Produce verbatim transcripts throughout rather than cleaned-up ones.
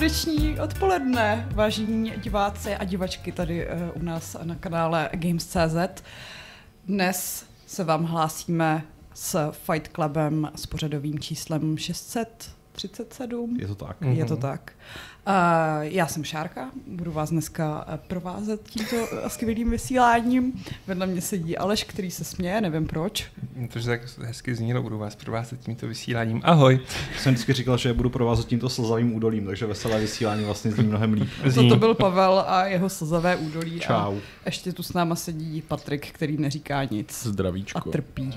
středeční odpoledne, vážení diváci a divačky tady uh, u nás na kanále Games tečka cé zet. Dnes se vám hlásíme s Fight Clubem s pořadovým číslem šest set třicet sedm. Je to tak. Mm-hmm. Je to tak. Uh, já jsem Šárka, budu vás dneska provázet tímto skvělým vysíláním. Vedle mě sedí Aleš, který se směje, nevím proč. To, že tak hezky znílo, budu vás provázet tímto vysíláním. Ahoj. Jsem vždycky říkal, že budu provázet tímto slzavým údolím, takže veselé vysílání vlastně zní mnohem líp. To byl Pavel a jeho slzavé údolí. Čau. A ještě tu s náma sedí Patrik, který neříká nic. Zdravíčko. A trpí.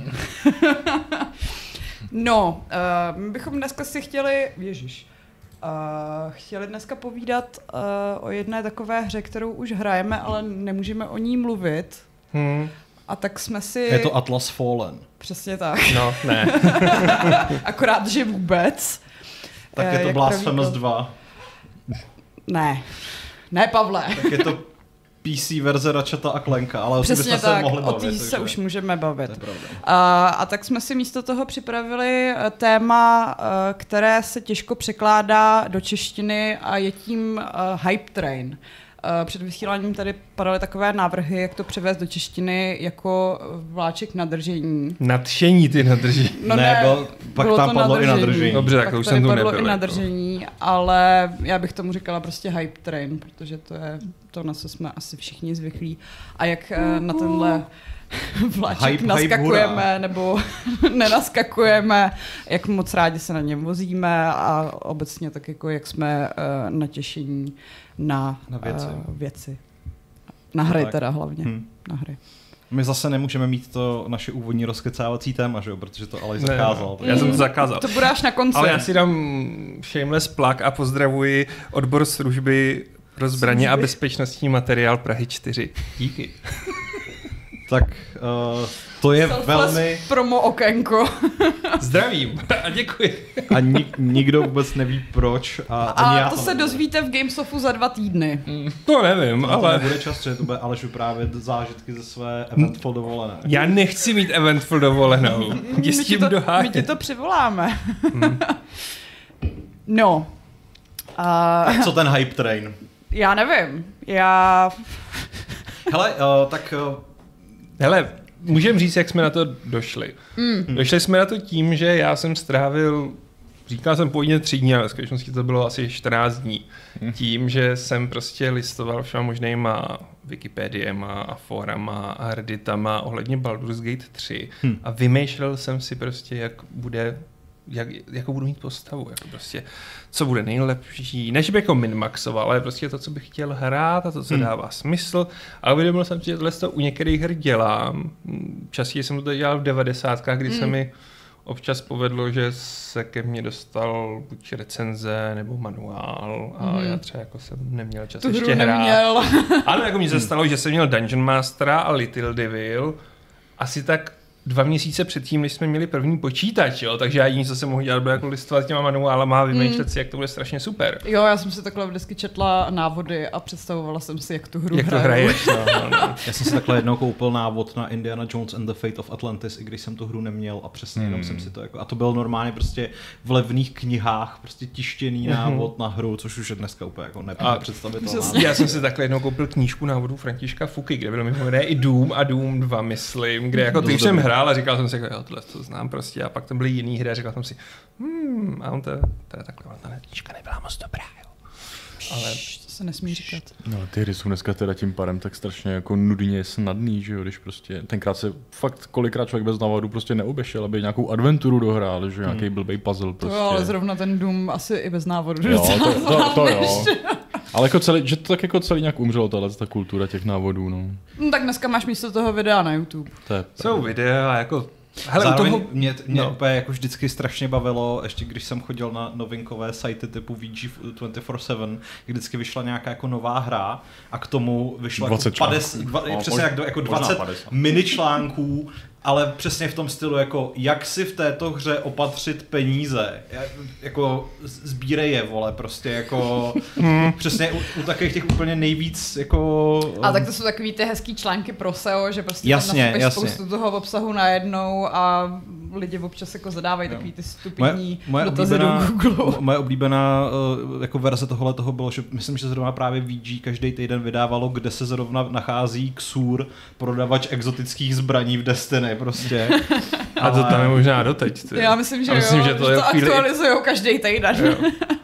No, uh, my bychom dneska si chtěli, ježiš, uh, chtěli dneska povídat uh, o jedné takové hře, kterou už hrajeme, ale nemůžeme o ní mluvit. Hmm. A tak jsme si... Je to Atlas Fallen. Přesně tak. No, ne. Akorát, že vůbec. Tak uh, je to Blasphemous dva. Ne. Ne, Pavle. Tak je to P C verze Ratcheta a Clanka, ale o přesně bychom tak, se mohli bavit. o té se už můžeme bavit. To je pravda. A, a tak jsme si místo toho připravili téma, které se těžko překládá do češtiny a je tím uh, Hype Train. Uh, před vysíláním tady padaly takové návrhy, jak to převést do češtiny jako vláček nadržení. Nadšení ty nadržení. No ne, ne, byl, pak bylo tam to padlo nadržení. i nadržení. Dobře, tak pak to už tady jsem tu padlo nebyl. i Jako. nadržení, ale já bych tomu říkala prostě Hype Train, protože to je to, na co jsme asi všichni zvyklí. A jak uh, na tenhle vláček Hype, naskakujeme hype, nebo nenaskakujeme, jak moc rádi se na něm vozíme a obecně tak jako jak jsme uh, natěšení na, Na věci. Uh, věci. Na hry No tak. teda hlavně. Hm. Na hry. My zase nemůžeme mít to naše úvodní rozkecávací téma, že jo? Protože to Aleš Ne, zakázal. Já jsem to zakázal. To bude až na konci. Ale já si dám shameless plug a pozdravuji odbor služby pro zbraně a bezpečnostní materiál Prahy čtyři. Díky. Tak uh, to je Selfless velmi... promo okénko. Zdravím a děkuji. A nik, nikdo vůbec neví proč. A, A ani já to se nevím. dozvíte v Gamesofu za dva týdny. To nevím, Ale... To ale nebude čas, že to bude Aleš vyprávět zážitky ze své eventful dovolené. já nechci mít eventful dovolenou. Jdi s My ti tím to, my dohánět. ti to přivoláme. No. Uh, Co ten Hype Train? já nevím. Já... Hele, uh, tak... Uh, Hele, můžeme říct, jak jsme na to došli. Mm. Došli jsme na to tím, že já jsem strávil, říkal jsem původně tři dní, ale v skutečnosti to bylo asi čtrnáct dní. Mm. Tím, že jsem prostě listoval všema možnýma Wikipediema a forama a Redditama ohledně Baldur's Gate tři mm. a vymýšlel jsem si prostě, jak bude... Jak, jakou budu mít postavu, jako prostě, co bude nejlepší, než bych jako minmaxoval, ale prostě to, co bych chtěl hrát a to, co hmm. dává smysl. A uvědomil jsem si, že tohle to u některých her dělám. Častěji jsem to dělal v devadesátkách, kdy hmm. se mi občas povedlo, že se ke mně dostal buď recenze nebo manuál a hmm. já třeba jako jsem neměl čas tu ještě hru hrát. Neměl. Ano, jako mi se stalo, že jsem měl Dungeon Mastera a Little Devil asi tak dva měsíce předtím, než jsme měli první počítač, jo? Takže já jediný, co jsem mohl dělat, bylo jako listovat těma manuálama a vymýšlet mm. si, jak to bude strašně super. Jo, já jsem si takhle vždycky četla návody a představovala jsem si, jak tu hru jak hraju. to hraješ, no, no, no. já jsem si takhle jednou koupil návod na Indiana Jones and the Fate of Atlantis, i když jsem tu hru neměl a přesně jenom mm. jsem si to jako... A to byl normálně prostě v levných knihách, prostě tištěný návod na hru, což už je dneska úplně jako nepředstavitelné. Já jsem si takhle jednou koupil knížku návodů Františka Fuky, kde bylo mimo jiné i Doom a Doom dva, myslím, kde jako ty už jsem hrál a říkal jsem si, jako, jo, tohle to znám prostě a pak tam byly jiný hry a říkal jsem si, hmm, a on to, to je takhle, ta knížka nebyla moc dobrá, jo. Ale to se nesmí říkat. No, ty hry jsou dneska teda tím pádem tak strašně jako nudně snadný, že jo, když prostě tenkrát se fakt kolikrát člověk bez návodu prostě neobešel, aby nějakou adventuru dohrál, že nějaký hmm. blbej puzzle prostě. To jo, ale zrovna ten Doom asi i bez návodu. Jo, to, to, to jo. Ale jako celý, že to tak jako celý nějak umřelo, tahle ta kultura těch návodů, no. No tak dneska máš místo toho videa na YouTube. To je jsou videa jako... Hele, zároveň toho... mě, mě no. úplně jako vždycky strašně bavilo, ještě když jsem chodil na novinkové sajty typu V G dvacet čtyři sedm, vždycky vyšla nějaká jako nová hra a k tomu vyšlo jako padesát, dva, no, přesně jak, jako dvacet mini článků, ale přesně v tom stylu, jako jak si v této hře opatřit peníze, jako sbírej je, vole, prostě jako přesně u, u takových těch úplně nejvíc, jako... A tak to jsou takový ty hezký články pro S E O, že prostě jasně, tam nasypeš jasně. spoustu toho obsahu najednou a lidi občas jako zadávají no. takový ty stupidní moje, moje dotazy do Google. Moje oblíbená uh, jako verze tohle toho bylo, že myslím, že zrovna právě V G každý týden vydávalo, kde se zrovna nachází Xur, prodavač exotických zbraní v Destiny prostě. A to tam je možná doteď. Ty. Já myslím, že, myslím, jo, že to, že je to chvíli... aktualizujou každý týden.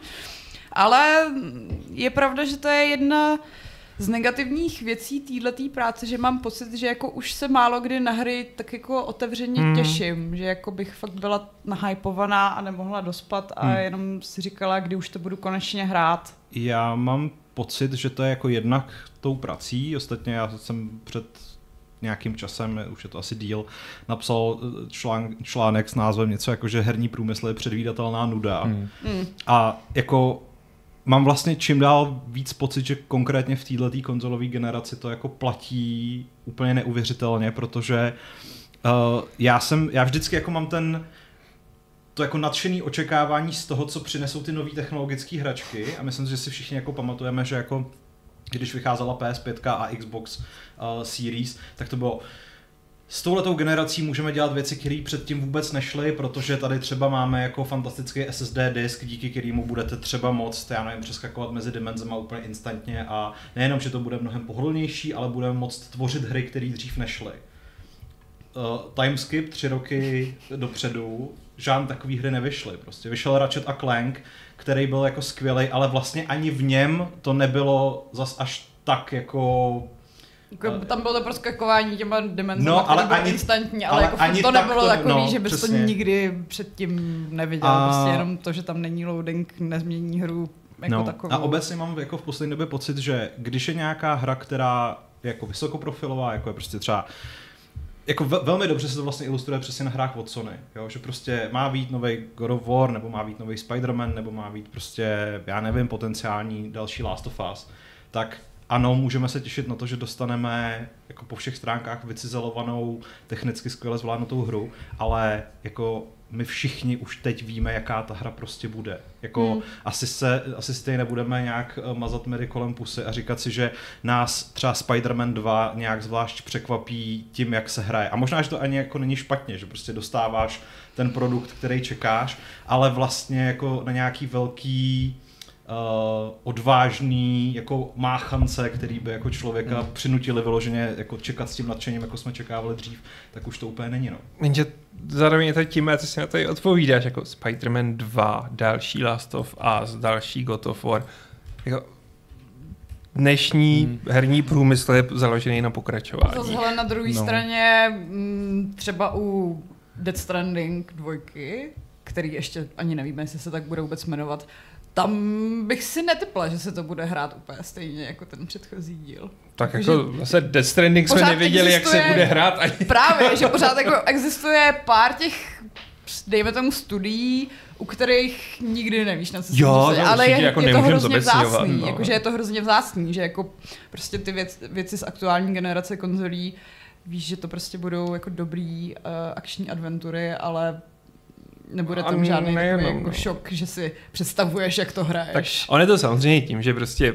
Ale je pravda, že to je jedna z negativních věcí téhletý práce, že mám pocit, že jako už se málo kdy na hry tak jako otevřeně hmm. těším, že jako bych fakt byla nahypovaná a nemohla dospat a hmm. jenom si říkala, kdy už to budu konečně hrát. Já mám pocit, že to je jako jednak tou prací, ostatně já jsem před nějakým časem, už je to asi díl, napsal člán, článek s názvem něco jako, že herní průmysl je předvídatelná nuda. Hmm. Hmm. A jako mám vlastně čím dál víc pocit, že konkrétně v této konzolové generaci to jako platí úplně neuvěřitelně, protože uh, já jsem, já vždycky jako mám ten to jako nadšený očekávání z toho, co přinesou ty nové technologické hračky a myslím si, že si všichni jako pamatujeme, že jako když vycházela P S pět a Xbox uh, Series, tak to bylo s touhletou generací můžeme dělat věci, které předtím vůbec nešly, protože tady třeba máme jako fantastický S S D disk, díky kterému budete třeba moct, já nevím, přeskakovat mezi dimenzema úplně instantně a nejenom, že to bude mnohem pohodlnější, ale budeme moct tvořit hry, které dřív nešly. Uh, Timeskip tři roky dopředu, žádné takový hry nevyšly. Prostě vyšel Ratchet a Clank, který byl jako skvělej, ale vlastně ani v něm to nebylo zas až tak jako... Jako, tam bylo to proskakování těma dimenzema, no, ale bylo ani, instantní, ale, ale jako ani to nebylo to, takový, no, že bys přesně. to nikdy předtím neviděl. A... Prostě jenom to, že tam není loading, nezmění hru jako no, takovou. A obecně mám jako v poslední době pocit, že když je nějaká hra, která je jako vysokoprofilová, jako je prostě třeba jako ve, velmi dobře se to vlastně ilustruje přesně na hrách od Sony, jo? Že prostě má být nový God of War, nebo má být nový Spider-Man, nebo má být prostě, já nevím, potenciální další Last of Us, tak ano, můžeme se těšit na to, že dostaneme jako po všech stránkách vycizelovanou, technicky skvěle zvládnutou hru, ale jako my všichni už teď víme, jaká ta hra prostě bude. Jako hmm. asi se, asi stejně nebudeme nějak mazat mery kolem pusy a říkat si, že nás třeba Spider-Man dva nějak zvlášť překvapí tím, jak se hraje. A možná, že to ani jako není špatně, že prostě dostáváš ten produkt, který čekáš, ale vlastně jako na nějaký velký Uh, odvážný jako máchance, který by jako člověka hmm. přinutili vyloženě jako čekat s tím nadšením, jako jsme čekávali dřív, tak už to úplně není. No. Jenže zároveň je to tím, co si na to odpovídáš, jako Spider-Man dva, další Last of Us, další God of War. Jako dnešní hmm. herní průmysl je založený na pokračování. Zase na druhé no. straně třeba u Death Stranding dvojky, který ještě ani nevíme, jestli se tak bude vůbec jmenovat, tam bych si netipla, že se to bude hrát úplně stejně jako ten předchozí díl. Tak jako že zase Death Stranding jsme nevěděli, jak se bude hrát. Ani. Právě, že pořád jako existuje pár těch, dejme tomu, studií, u kterých nikdy nevíš, na co se jo, myslí, ale je, jako je to hrozně vzácný, no. jako, že je to hrozně vzácný, že jako prostě ty věc, věci z aktuální generace konzolí, víš, že to prostě budou jako dobrý uh, akční adventury, ale nebude tam žádný takový jako no. šok, že si představuješ, jak to hraješ. Tak on je to samozřejmě tím, že prostě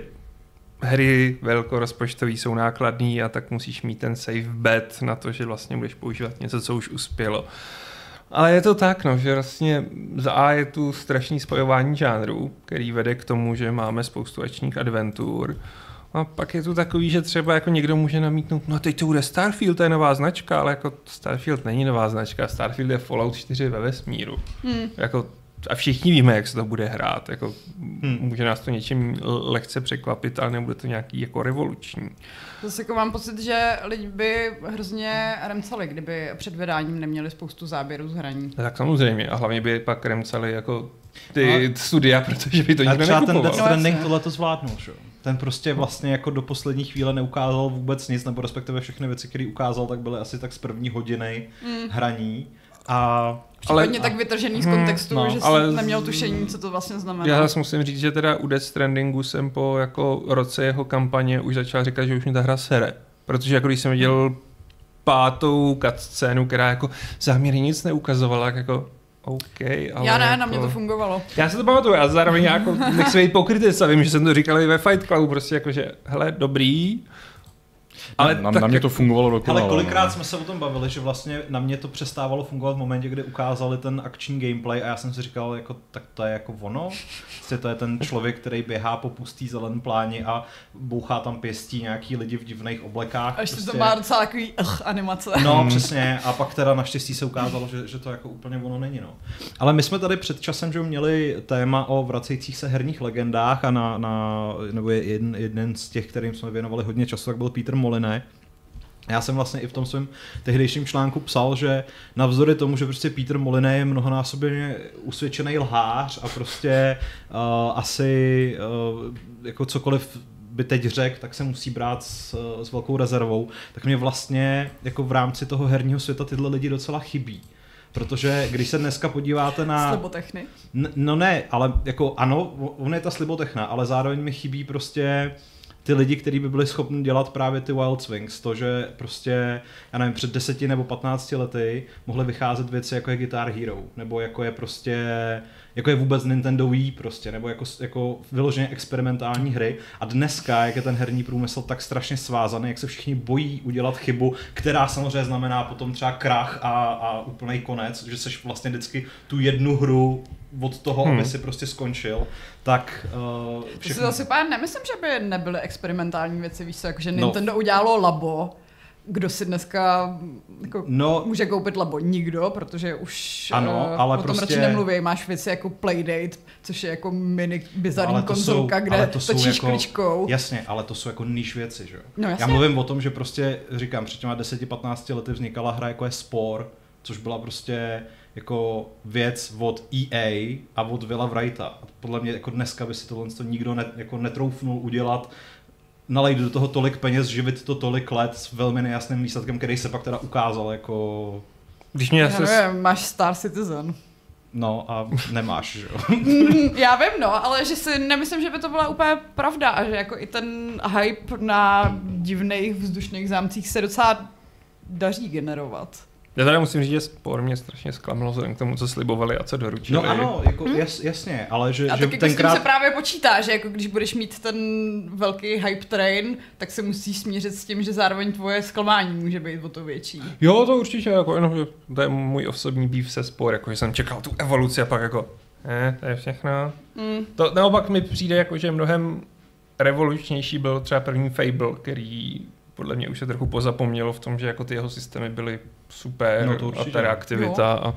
hry velkorozpočtový jsou nákladný a tak musíš mít ten safe bet na to, že vlastně budeš používat něco, co už uspělo. Ale je to tak, no, že vlastně za A je tu strašný spojování žánrů, který vede k tomu, že máme spoustu akčních adventur. A pak je tu takový, že třeba jako někdo může namítnout, no teď to bude Starfield, to je nová značka, ale jako Starfield není nová značka, Starfield je Fallout čtyři ve vesmíru. Hmm. Jako, a všichni víme, jak se to bude hrát. Jako, hmm. Může nás to něčím lehce překvapit, ale nebude to nějaký jako revoluční. Zase jako mám pocit, že lidi by hrozně remcali, kdyby před vydáním neměli spoustu záběrů z hraní. Tak samozřejmě. A hlavně by pak remcali jako ty no. studia, protože by to nikdo nekupoval. A třeba ten Death Stranding tohle to zvládnul, že? Ten prostě vlastně jako do poslední chvíle neukázal vůbec nic, nebo respektive všechny věci, které ukázal, tak byly asi tak z první hodiny mm. hraní. A případně tak vytržený z kontextu, hmm, no, že jsi neměl tušení, co to vlastně znamená. Já zase musím říct, že teda u Death Strandingu jsem po jako roce jeho kampaně už začal říkat, že už mi ta hra sere. Protože jako když jsem viděl pátou cutscénu, která jako záměrně nic neukazovala, tak jako OK, ale já ne, jako... na mě to fungovalo. Já si to pamatuju, já zároveň jako nechci být pokrytec a vím, že jsem to říkal i ve Fight Clubu, prostě jako, že hele, dobrý, Ale na, na mě to fungovalo dokonale. Ale kolikrát jsme se o tom bavili, že vlastně na mě to přestávalo fungovat v momentě, kdy ukázali ten akční gameplay a já jsem si říkal, jako, tak to je jako ono. Vlastně to je ten člověk, který běhá po pustý zelený pláni a bouchá tam pěstí nějaký lidi v divných oblekách. A ještě prostě. To má docela takový uh, animace. No hmm. přesně a pak teda naštěstí se ukázalo, že, že to jako úplně ono není. No. Ale my jsme tady před časem, že měli téma o vracejících se herních legendách a na, na nebo jeden, jeden z těch, kterým jsme věnovali hodně času, tak byl Peter Molyneux. Já jsem vlastně i v tom svém tehdejším článku psal, že navzdory tomu, že prostě Peter Molyneux je mnohonásobně usvědčený lhář a prostě uh, asi uh, jako cokoliv by teď řekl, tak se musí brát s, s velkou rezervou, tak mě vlastně jako v rámci toho herního světa tyhle lidi docela chybí. Protože když se dneska podíváte na... Slibotechny? N- no ne, ale jako ano, on je ta slibotechna, ale zároveň mi chybí prostě ty lidi, kteří by byli schopni dělat právě ty Wild Swings, to, že prostě, já nevím, před deseti nebo patnácti lety mohly vycházet věci jako je Guitar Hero, nebo jako je prostě, jako je vůbec Nintendo Wii prostě, nebo jako, jako vyloženě experimentální hry a dneska, jak je ten herní průmysl tak strašně svázaný, jak se všichni bojí udělat chybu, která samozřejmě znamená potom třeba krach a, a úplnej konec, že seš vlastně vždycky tu jednu hru od toho, hmm. aby si prostě skončil, tak uh, všechno... To si zase pár nemyslím, že by nebyly experimentální věci, víš co, jakože Nintendo no. udělalo labo, kdo si dneska jako no, může koupit labo? Nikdo, protože už ano, uh, ale o tom prostě... radši nemluví, máš věci jako Playdate, což je jako mini bizarní konzolka, jsou, kde to točíš jako, kličkou. Jasně, ale to jsou jako niž věci, že jo? No, já mluvím o tom, že prostě, říkám, před těma deseti patnácti lety vznikala hra jako je Spore, což byla prostě jako věc od E A a od Willa Wrighta. Podle mě jako dneska by si tohle nikdo ne, jako netroufnul udělat, nalejt do toho tolik peněz, živit to tolik let s velmi nejasným výsledkem, který se pak teda ukázal jako... Když mě já nevím, máš Star Citizen. No a nemáš, že jo? Já vím, no, ale že si nemyslím, že by to byla úplně pravda a že jako i ten hype na divných vzdušných zámcích se docela daří generovat. Já tady musím říct, že Spore mě strašně zklamalo vzhledem k tomu, co slibovali a co doručili. No ano, jako hmm? jas, jasně, ale že, a že taky tenkrát... s tím se právě počítá, že jako když budeš mít ten velký hype train, tak se musíš smířit s tím, že zároveň tvoje zklamání může být o to větší. Jo, to určitě, jako jenom, že to je můj osobní beef se Spore, jako že jsem čekal tu evoluci a pak jako, ne, to je všechno. Hmm. To naopak mi přijde jako, že mnohem revolučnější byl třeba první Fable, který podle mě už se trochu pozapomnělo v tom, že jako ty jeho systémy byly super no a ta reaktivita a,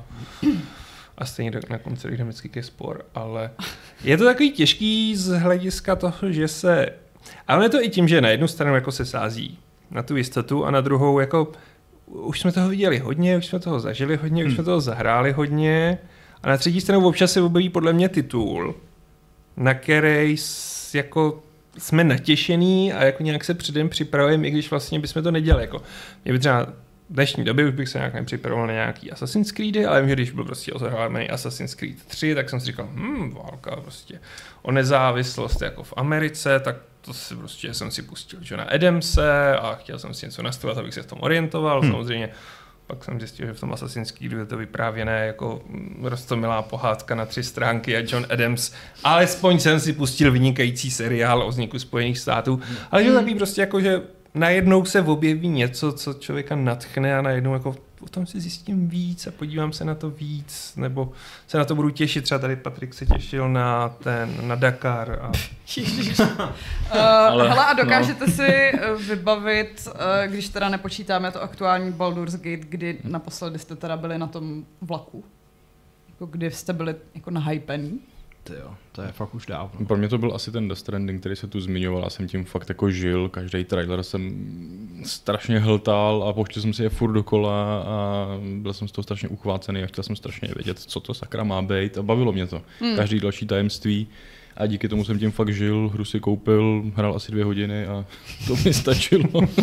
a stejně na konci dynamický ke Spore, ale je to takový těžký z hlediska toho, že se, ale je to i tím, že na jednu stranu jako se sází na tu jistotu a na druhou jako už jsme toho viděli hodně, už jsme toho zažili hodně, hmm. už jsme toho zahráli hodně a na třetí stranu občas se objeví podle mě titul, na který jako jsme natěšený a jako nějak se předem připravujeme, i když vlastně bychom to nedělali. Jako, mě by třeba v dnešní době už bych se nějak nepřipravoval na nějaký Assassin's Creedy, ale vím, že když byl prostě ozahrávaný Assassin's Creed tři, tak jsem si říkal, hm, válka prostě o nezávislost jako v Americe, tak to si prostě jsem si pustil Johna Adamse a chtěl jsem si něco nastudovat, abych se v tom orientoval, hmm. samozřejmě. Pak jsem zjistil, že v tom Assassin's Creedu je to vyprávěné jako roztomilá pohádka na tři stránky a John Adams. Alespoň jsem si pustil vynikající seriál o vzniku Spojených států. Ale že takový prostě jako, že najednou se objeví něco, co člověka nadchne a najednou jako o tom si zjistím víc a podívám se na to víc, nebo se na to budu těšit. Třeba tady Patrik se těšil na ten, na Dakar. A... uh, Ale, hele, a dokážete no. si vybavit, uh, když teda nepočítáme to aktuální Baldur's Gate, kdy naposledy jste teda byli na tom vlaku? Jako kdy jste byli jako nahypený? Jo, to je fakt už dávno. Pro mě to byl asi ten Death Stranding, který se tu zmiňoval, já jsem tím fakt jako žil, každý trailer jsem strašně hltal a pouštěl jsem si je furt dokola a byl jsem z toho strašně uchvácený a chtěl jsem strašně vědět, co to sakra má být a bavilo mě to. Hmm. Každý další tajemství a díky tomu jsem tím fakt žil, hru si koupil, hrál asi dvě hodiny a to mi stačilo.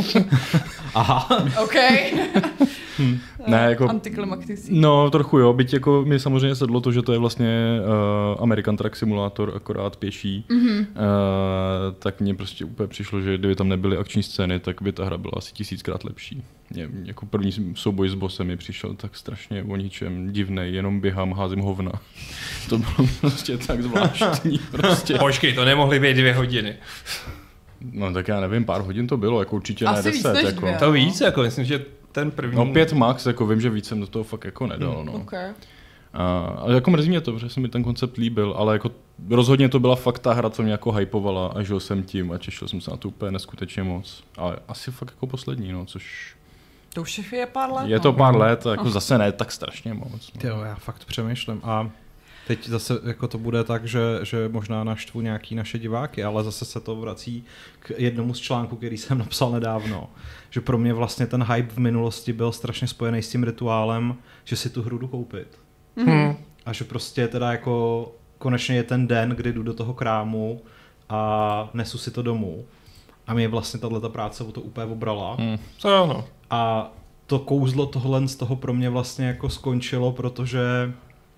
Aha. OK. Hmm. Ne, jako, antiklimatický. No, trochu jo, byť jako mi samozřejmě sedlo to, že to je vlastně uh, American Truck Simulator, akorát pěší, mm-hmm. uh, tak mně prostě úplně přišlo, že kdyby tam nebyly akční scény, tak by ta hra byla asi tisíckrát lepší. Mě, jako první souboj s bossem mi přišel tak strašně o ničem divnej, jenom běhám, házím hovna. To bylo prostě tak zvláštní. Prostě. Počkej, to nemohly být dvě hodiny. No tak já nevím, pár hodin to bylo, jako určitě asi ne deset. Jako. Dvě, to víc, jako myslím, že ten první... No pět max, jako vím, že víc jsem do toho fakt jako nedal, no. Okay. A, ale jako mrzí mě to, protože se mi ten koncept líbil, ale jako rozhodně to byla fakt ta hra, co mě jako hypovala a žil jsem tím a těšil jsem se na to úplně neskutečně moc. Ale asi fakt jako poslední, no, což... To už je pár let. Je to pár let, jako zase ne tak strašně moc. No. Jo, já fakt přemýšlím a teď zase jako to bude tak, že, že možná naštvu nějaký naše diváky, ale zase se to vrací k jednomu z článků, který jsem napsal nedávno. Že pro mě vlastně ten hype v minulosti byl strašně spojený s tím rituálem, že si tu hru jdu koupit. Mm-hmm. A že prostě teda jako konečně je ten den, kdy jdu do toho krámu a nesu si to domů. A mě vlastně tato práce o to úplně obrala. Mm. To ano. A to kouzlo tohle z toho pro mě vlastně jako skončilo, protože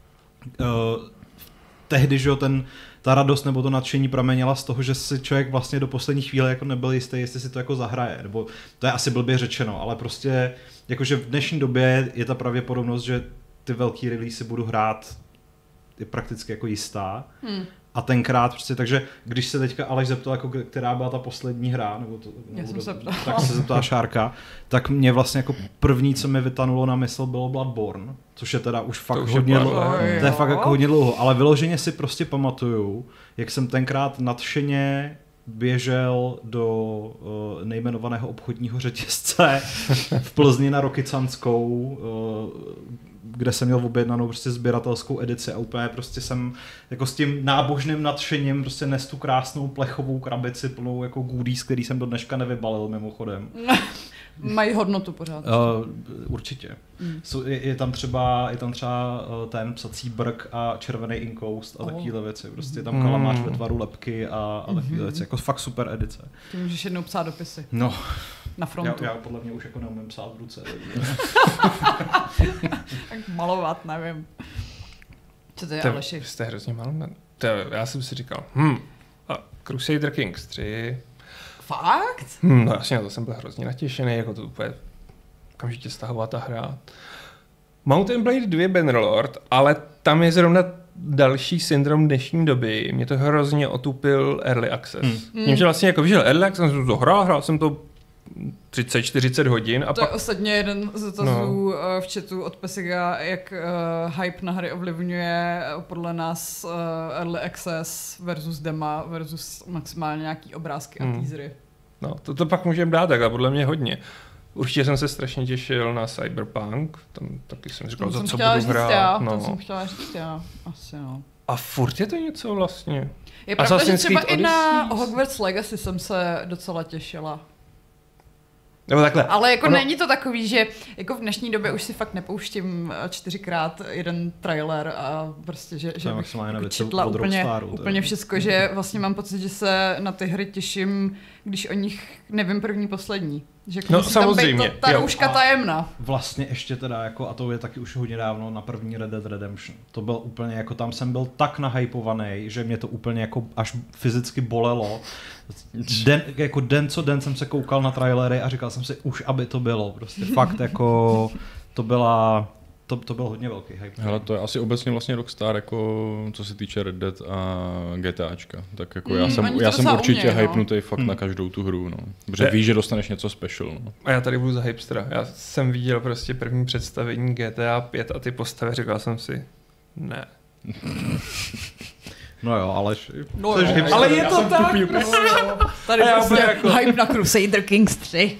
uh, tehdy, že jo, ten, ta radost nebo to nadšení pramenila z toho, že si člověk vlastně do poslední chvíle jako nebyl jistý, jestli si to jako zahraje, nebo to je asi blbě řečeno, ale prostě jakože v dnešní době je ta pravděpodobnost, že ty velký release budu hrát, je prakticky jako jistá. Hmm. A tenkrát prostě, takže když se teďka Aleš zeptal, jako která byla ta poslední hra, nebo to, nebo do, se tak se zeptala Šárka, tak mě vlastně jako první, co mi vytanulo na mysl, bylo Bloodborne, což je teda už fakt už hodně je dlouho, to je fakt jako hodně dlouho, ale vyloženě si prostě pamatuju, jak jsem tenkrát nadšeně běžel do uh, nejmenovaného obchodního řetězce v Plzni na Rokycanskou, uh, kde jsem měl objednanou prostě sběratelskou edici a úplně prostě jsem jako s tím nábožným nadšením prostě nes tu krásnou plechovou krabici plnou jako goodies, který jsem do dneška nevybalil mimochodem. Mají hodnotu pořád. Uh, určitě. Mm. So, je, je tam třeba, je tam třeba uh, ten psací brk a červený inkoust a oh. takovéhle věci. Prostě tam kalamář mm. ve tvaru lepky a, a takové věci. Jako fakt super edice. Ty můžeš jednou psát dopisy. No. Na frontu. Já, já podle mě už jako neumím psát v ruce. Tak malovat, nevím. Co to je, Aleši? Jste hrozně malovat. Já jsem si říkal, hm, a Crusader Kings tři. Fakt? Hm, no jasně, to jsem byl hrozně natěšený, jako to úplně okamžitě stahová ta hra. Mount and Blade dva Bannerlord, ale tam je zrovna další syndrom dnešní doby. Mě to hrozně otupil Early Access. Hmm. Tím, že vlastně jako vyšel Early Access, jsem to hrál, hrál jsem to třicet čtyřicet hodin. A to pak... je ostatně jeden z dotazů no. v chatu od Pesiga, jak uh, hype na hry ovlivňuje podle nás uh, Early Access versus dema versus maximálně nějaký obrázky hmm. a teasery. No, to, to pak můžeme dát takhle, podle mě hodně. Určitě jsem se strašně těšil na Cyberpunk, tam taky jsem říkal, za co budu hrát. Já, no. To jsem chtěla říct já, asi no. A furt je to něco vlastně. Je pravda, že třeba i na Hogwarts Legacy jsem se docela těšila. Nebo takhle. Ale jako ono... není to takový, že jako v dnešní době už si fakt nepouštím čtyřikrát jeden trailer a prostě, že, že bych jako četla úplně, staru, úplně všecko, že vlastně mám pocit, že se na ty hry těším, když o nich nevím první, poslední. Že no samozřejmě. Ta, ta rouška tajemná. Vlastně ještě teda jako, a to je taky už hodně dávno na první Red Dead Redemption. To byl úplně jako, tam jsem byl tak nahypovaný, že mě to úplně jako až fyzicky bolelo. Den, jako den co den jsem se koukal na trailery a říkal jsem si, už aby to bylo. Prostě fakt jako, to byla... To, to byl hodně velký hype. Hele, to je asi obecně vlastně Rockstar, jako, co se týče Red Dead a GTAčka. Tak jako mm, já jsem, já jsem určitě uměj, hypnutý no. fakt mm. na každou tu hru. No. Protože je. víš, že dostaneš něco special. No. A já tady budu za hipstera. Já jsem viděl prostě první představení G T A pět a ty postavy, říkal jsem si, ne. No jo, ale... No jo, ale je to tak! No. Tady prostě jako... hype na Crusader Kings tři.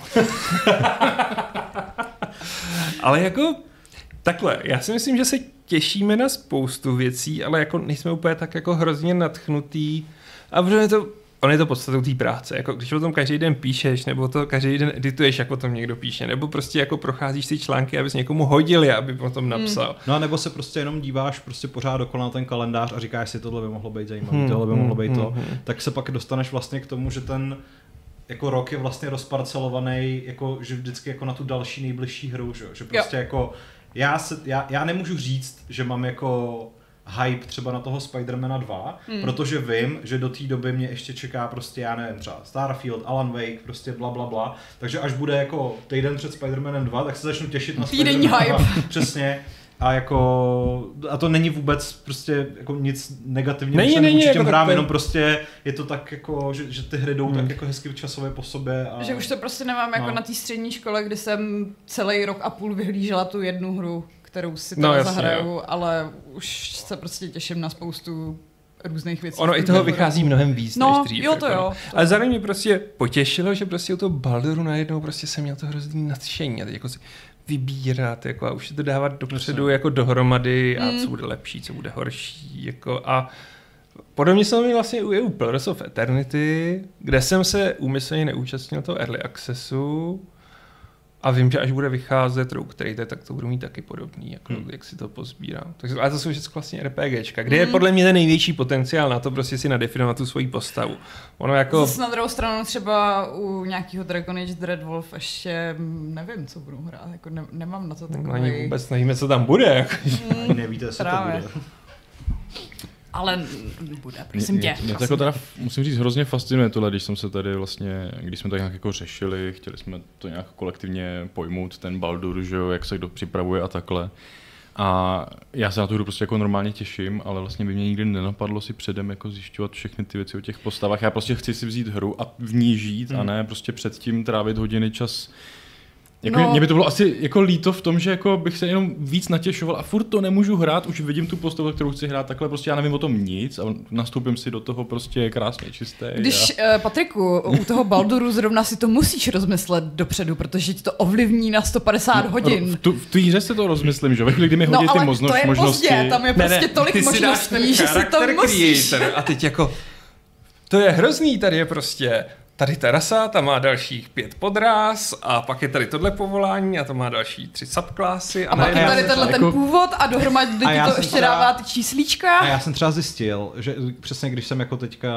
Ale jako... Takhle, já si myslím, že se těšíme na spoustu věcí, ale jako nejsme úplně tak jako hrozně nadchnutý. A protože je to, on je to podstatou té práce. Jako když o tom každý den píšeš, nebo to každý den edituješ, jak o tom někdo píše, nebo prostě jako procházíš ty články, abys někomu hodili, aby o tom napsal. Hmm. No a nebo se prostě jenom díváš prostě pořád dokola na ten kalendář a říkáš si, tohle by mohlo být zajímavé, hmm. tohle by mohlo být hmm. to. Hmm. Tak se pak dostaneš vlastně k tomu, že ten jako rok je vlastně rozparcelovaný, jako, že vždycky jako na tu další nejbližší hru, že, že prostě jo. jako Já, se, já, já nemůžu říct, že mám jako hype třeba na toho Spidermana dva, hmm. protože vím, že do té doby mě ještě čeká prostě, já nevím, třeba Starfield, Alan Wake, prostě bla bla bla, takže až bude jako týden před Spidermanem dva, tak se začnu těšit na Spidermana dva. Přesně. A jako, a to není vůbec prostě jako nic negativního, není, není, není, těm jako hrám, tak, jenom prostě je to tak jako, že, že ty hry jdou hmm. tak jako hezky časově po sobě. A... Že už to prostě nemám jako no. na té střední škole, kdy jsem celý rok a půl vyhlížela tu jednu hru, kterou si no, teda jasně, zahraju, jo. ale už se prostě těším na spoustu různých věcí. Ono i toho vychází mnohem víc no, než dřív. jo, to jako. jo. To ale zároveň mě prostě potěšilo, že prostě u toho Balduru najednou prostě jsem měl to hrozný nadšení a teď jako si vybírat jako a už to dávat dopředu jako dohromady a mm. co bude lepší, co bude horší jako a podobně jsem mi vlastně u, u Pillars of Eternity, kde jsem se úmyslně neúčastnil toho early accessu a vím, že až bude vycházet Rogue Trader, tak to budu mít taky podobný, jako, hmm. jak si to pozbírám. Takže, ale to jsou všechno vlastně RPGčka, kde hmm. je podle mě ten největší potenciál na to prostě si nadefinovat tu svoji postavu. Ono jako... Zase na druhou stranu třeba u nějakého Dragon Age Dreadwolf ještě nevím, co budu hrát, jako ne, nemám na to takový... Ani vůbec nevíme, co tam bude. Jako. Hmm. Nevíte, co to bude. Ale bude, prosím tě. Mě to jako teda, musím říct, hrozně fascinuje tohle, když jsem se tady vlastně, když jsme to nějak jako řešili, chtěli jsme to nějak kolektivně pojmout, ten Baldur, že jo, jak se kdo připravuje a takhle. A já se na tu hru prostě jako normálně těším, ale vlastně by mě nikdy nenapadlo si předem jako zjišťovat všechny ty věci o těch postavách. Já prostě chci si vzít hru a v ní žít hmm. a ne prostě předtím trávit hodiny čas. Jako no. Mě by to bylo asi jako líto v tom, že jako bych se jenom víc natěšoval a furt to nemůžu hrát, už vidím tu postavu, kterou chci hrát, takhle prostě já nevím o tom nic a nastoupím si do toho prostě krásně čisté. Když, a... uh, Patriku, u toho Balduru zrovna si to musíš rozmyslet dopředu, protože ti to ovlivní na sto padesát no, hodin. V tu, v tu hře se to rozmyslím, že ve chvíli, kdy mi hodí no, ty možnost, to je možnosti. Pozdě, tam je prostě ne, ne, tolik možností, že si to musíš. A teď jako, to je hrozný, tady je prostě... Tady ta rasa, ta má dalších pět podráz a pak je tady tohle povolání a to má další tři subklásy. A, a pak je tady tenhle jako... ten původ a dohromady ti to ještě třeba... dává ty číslíčka. A já jsem třeba zjistil, že přesně když jsem jako teďka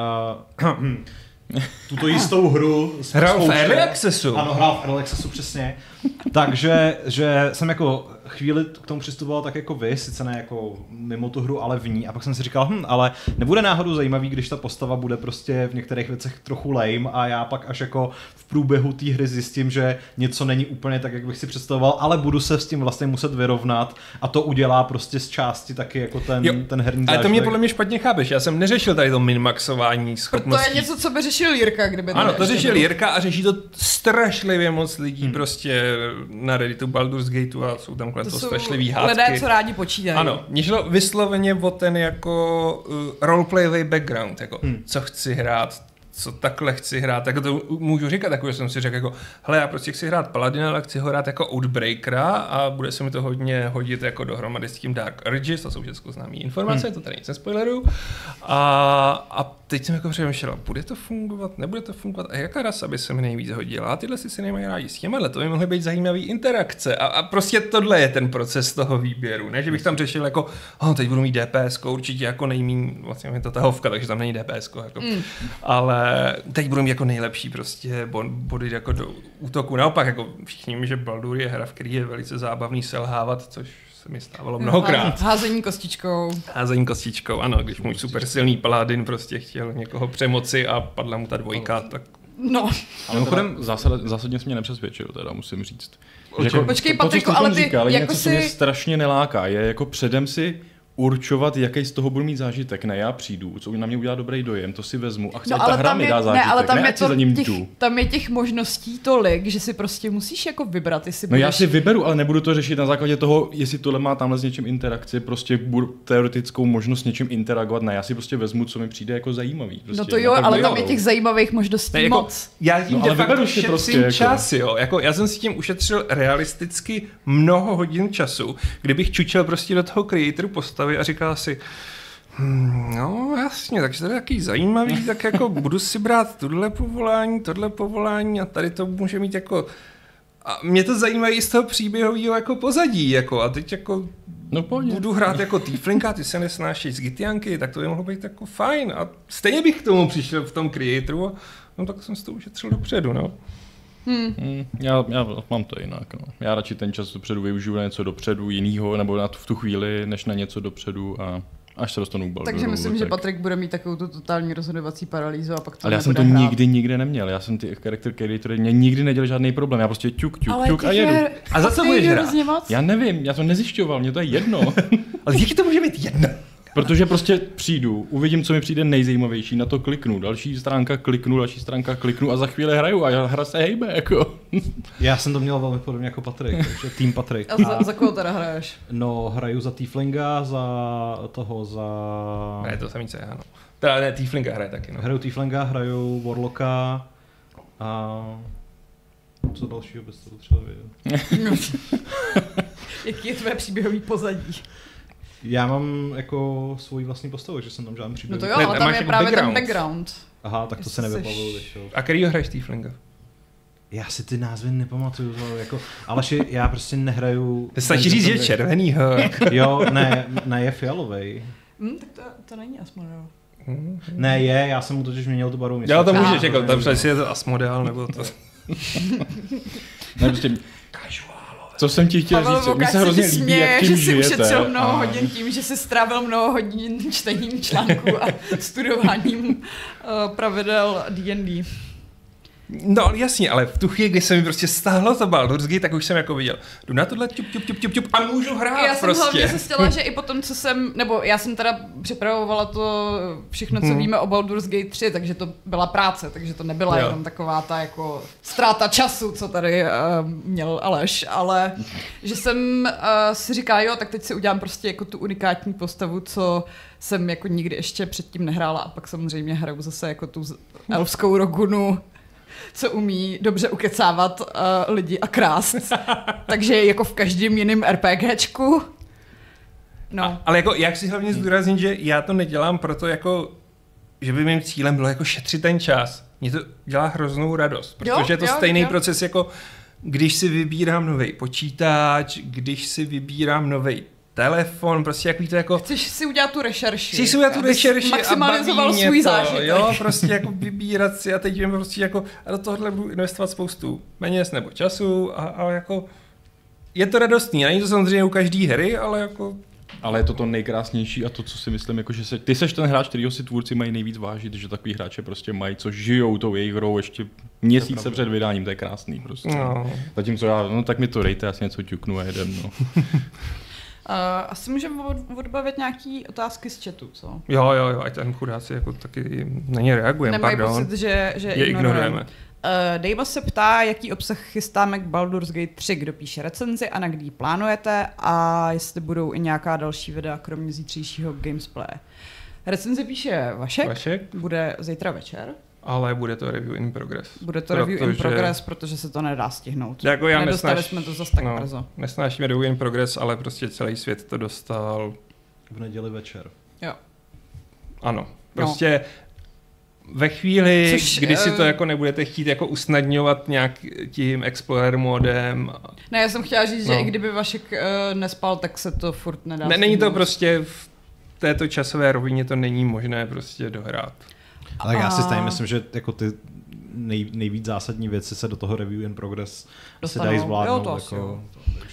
tuto jistou hru hrál v Early Accessu. Ano, hrál v Early Accessu, přesně. Takže že jsem jako chvíli k tomu přistupoval tak jako vy, sice ne jako mimo tu hru, ale v ní. A pak jsem si říkal, hm, ale nebude náhodou zajímavý, když ta postava bude prostě v některých věcech trochu lame a já pak až jako v průběhu té hry zjistím, že něco není úplně tak, jak bych si představoval, ale budu se s tím vlastně muset vyrovnat a to udělá prostě z části taky jako ten, jo, ten herní zážitek. Ale to mě podle mě špatně chápeš, já jsem neřešil tady to minmaxování schopností. To je něco, co by řešil Jirka, kdyby to ano, to řešil bylo. Jirka a řeší to strašlivě moc lidí hmm. prostě na Redditu Baldur's Gateu a jsou tam kolem toho strašlivý hádky. Lidé, co rádi počítají. Ano, mě šlo vysloveně o ten jako uh, roleplayový background, jako hmm. co chci hrát, co takhle chci hrát, tak to můžu říkat, jako že jsem si řekl jako, hele, já prostě chci hrát Paladina, ale chci ho hrát jako Outbreakera a bude se mi to hodně hodit jako dohromady s tím Dark Urges, to jsou všechno známé informace, hmm. to tady nic nespoileruju. A, a teď jsem jako přemýšlel, bude to fungovat, nebude to fungovat a jaká rasa by se mi nejvíc hodila? A tyhle si si nemají rádi s těma, to by mohly být zajímavý interakce a, a prostě tohle je ten proces toho výběru, ne, že bych tam řešil jako, oh, teď budu mít DPSko, určitě jako nejmín, vlastně je to tahovka, takže tam není DPSko, jako, hmm. ale teď budu mít jako nejlepší prostě body jako do útoku. Naopak, jako všichni víme, že Baldur je hra, v který je velice zábavný selhávat, což se mi stávalo mnohokrát. Házení kostičkou. Házení kostičkou, ano, když můj super silný paladin prostě chtěl někoho přemoci a padla mu ta dvojka, tak... No. Ale mimochodem zásad, zásadně se mě nepřesvědčil, teda musím říct. Jako, Počkej, Patriku, ale ty říkal, jako něco, si... co mě strašně neláká, je jako předem si určovat, jaký z toho budu mít zážitek. Ne, já přijdu, co na mě udělá dobrý dojem, to si vezmu a chci, no, ať ta hra mi dá zážitek, ne, ale tam ne, je ať to si za ním těch, jdu. Tam je těch možností tolik, že si prostě musíš jako vybrat, jestli No budeš... já si vyberu, ale nebudu to řešit na základě toho, jestli tohle má tamhle s něčím interakci, prostě budu teoretickou možnost s něčím interagovat. Ne, já si prostě vezmu, co mi přijde jako zajímavý. Prostě. No to jo, ale tam je těch zajímavých možností ne, jako, moc. Já tím no, de facto šetřím prostě čas, jako... jo. Jako, já jsem si tím ušetřil realisticky mnoho hodin času, kdybych čučel prostě do toho creatoru postavy a říkal si, Hmm, no jasně, takže to je takový zajímavý, tak jako budu si brát tohle povolání, tohle povolání a tady to může mít jako... A mě to zajímá i z toho příběhového jako pozadí, jako a teď jako no, budu hrát jako tieflinka, ty se nesnášejí z Gitianky, tak to by mohlo být jako fajn a stejně bych k tomu přišel v tom creatoru a no tak jsem si to ušetřil dopředu, no. Hmm. Hmm, já, já mám to jinak, no. Já radši ten čas dopředu využiju na něco dopředu jinýho, nebo na tu, v tu chvíli, než na něco dopředu a až se dostanu k Balduru. Takže myslím, tak. že Patrik bude mít takovou tu totální rozhodovací paralýzu a pak to ale já jsem to hrát. nikdy, nikdy neměl. Já jsem ty character creatory, mě nikdy nedělal žádný problém. Já prostě ťuk, ťuk, ale ťuk a jedu. Je, a za co budeš hrát? Já nevím, já to nezjišťoval, mě to je jedno. Ale jaký to může být jedno? Protože prostě přijdu, uvidím, co mi přijde nejzajímavější, na to kliknu, další stránka kliknu, další stránka kliknu a za chvíli hraju a hra se hejbe, jako. Já jsem to měl velmi podobně jako Patrik, takže tým Patrik. A za, za koho teda hraješ? No, hraju za Tieflinga, za toho, za... Ne, to samý co já, no. Teda ne, Tieflinga hraje taky, no. Hraju Tieflinga, hraju Warlocka a... Co dalšího bys to třeba věděl? Jaký je tvé příběhový pozadí? Já mám jako svoji vlastní postavu, že jsem tam žádný příběh. No to jo, Ne, ale tam tam máš je jako právě background. ten background. Aha, tak to Jestli se nevypavil, seš- víš jo. A kterýho hraješ Tieflinga? Já si ty názvy nepamatuju, to jako, Aleši, já prostě nehraju... To stačí říct, že je červenýho. Jo, ne, ne, je fialovej. Hm, tak to, to není Asmodel. Ne, je, já jsem mu totiž měnil tu barvu. Já to Ah. můžeš, jako tam přesně je to Asmodel, nebo to... Ne, prostě, co jsem ti chtěl říct, mi se hrozně líbí, jak tím že si žijete. ušetřil mnoho a- hodin tím, že si strávil mnoho hodin čtením článků a studováním uh, pravidel D and D. No ale jasně, ale v tu chvíli, kdy se mi prostě stáhlo to Baldur's Gate, tak už jsem jako viděl, jdu na tohle, ťup, ťup, ťup, ťup, ťup a můžu hrát Já jsem prostě. hlavně zjistila, že i po tom, co jsem, nebo já jsem teda připravovala to všechno, co Hmm. víme o Baldur's Gate tři, takže to byla práce, takže to nebyla Jo. jenom taková ta jako ztráta času, co tady uh, měl Aleš, ale že jsem uh, si říkala, jo, tak teď si udělám prostě jako tu unikátní postavu, co jsem jako nikdy ještě předtím nehrála a pak samozřejmě hraju zase jako tu z- elfskou rogunu, co umí dobře ukecávat uh, lidi a krást. Takže jako v každém jiném RPGčku. No. A, ale jako, jak si hlavně zdůraznit, že já to nedělám proto jako, že by mým cílem bylo jako šetřit ten čas. Mně to dělá hroznou radost, protože Jo, je to jo, stejný jo. proces jako, když si vybírám nový počítač, když si vybírám nový telefon, prostě jaký to jako... Chceš si udělat tu rešerši. Chci si udělat tu abys rešerši a maximalizoval baví mě svůj to, zážitek. jo, prostě jako vybírat si a teď vím prostě jako, a do tohohle budu investovat spoustu peněz nebo času a, a jako, je to radostný, není to samozřejmě u každý hry, ale jako... Ale je to to nejkrásnější a to, co si myslím, jako, že se, ty seš ten hráč, kterýho si tvůrci mají nejvíc vážit, že takový hráče prostě mají, co žijou tou jejich hrou ještě měsíce před vydáním, to je krásný prostě. No. Zatímco já, no tak mi to dejte, já si něco ťuknu a jedem, no. Uh, asi můžeme od, odbavit nějaký otázky z chatu, co? Jo, jo, jo, ať ten chudáci jako taky na ně reagujeme, Nemají pardon. pocit, že, že Je ignorujeme. Uh, Dejva se ptá, jaký obsah chystáme k Baldur's Gate tři, kdo píše recenzi a na kdy ji plánujete a jestli budou i nějaká další videa, kromě zítřejšího gamesplay. Recenzi píše Vašek, Vašek, bude zítra večer. ale bude to review in progress. Bude to review in Protože- progress, protože se to nedá stihnout. Jako já Nedostali nesnáš, jsme to zas tak no, brzo. nesnášíme review in progress, ale prostě celý svět to dostal, V neděli večer. Jo. ano. Prostě ve chvíli, Což, kdy si to eh, jako nebudete chtít jako usnadňovat nějak tím Explorer modem. Ne, já jsem chtěla říct, No. že i kdyby Vašek uh, nespal, tak se to furt nedá Ne, není to stihnout. prostě v této časové rovině to není možné prostě dohrát. Ale já si A- stejně myslím, že jako ty nej, nejvíc zásadní věci se do toho review in progress se Dostanou. dají zvládnout. Jo, to asi jako, jo.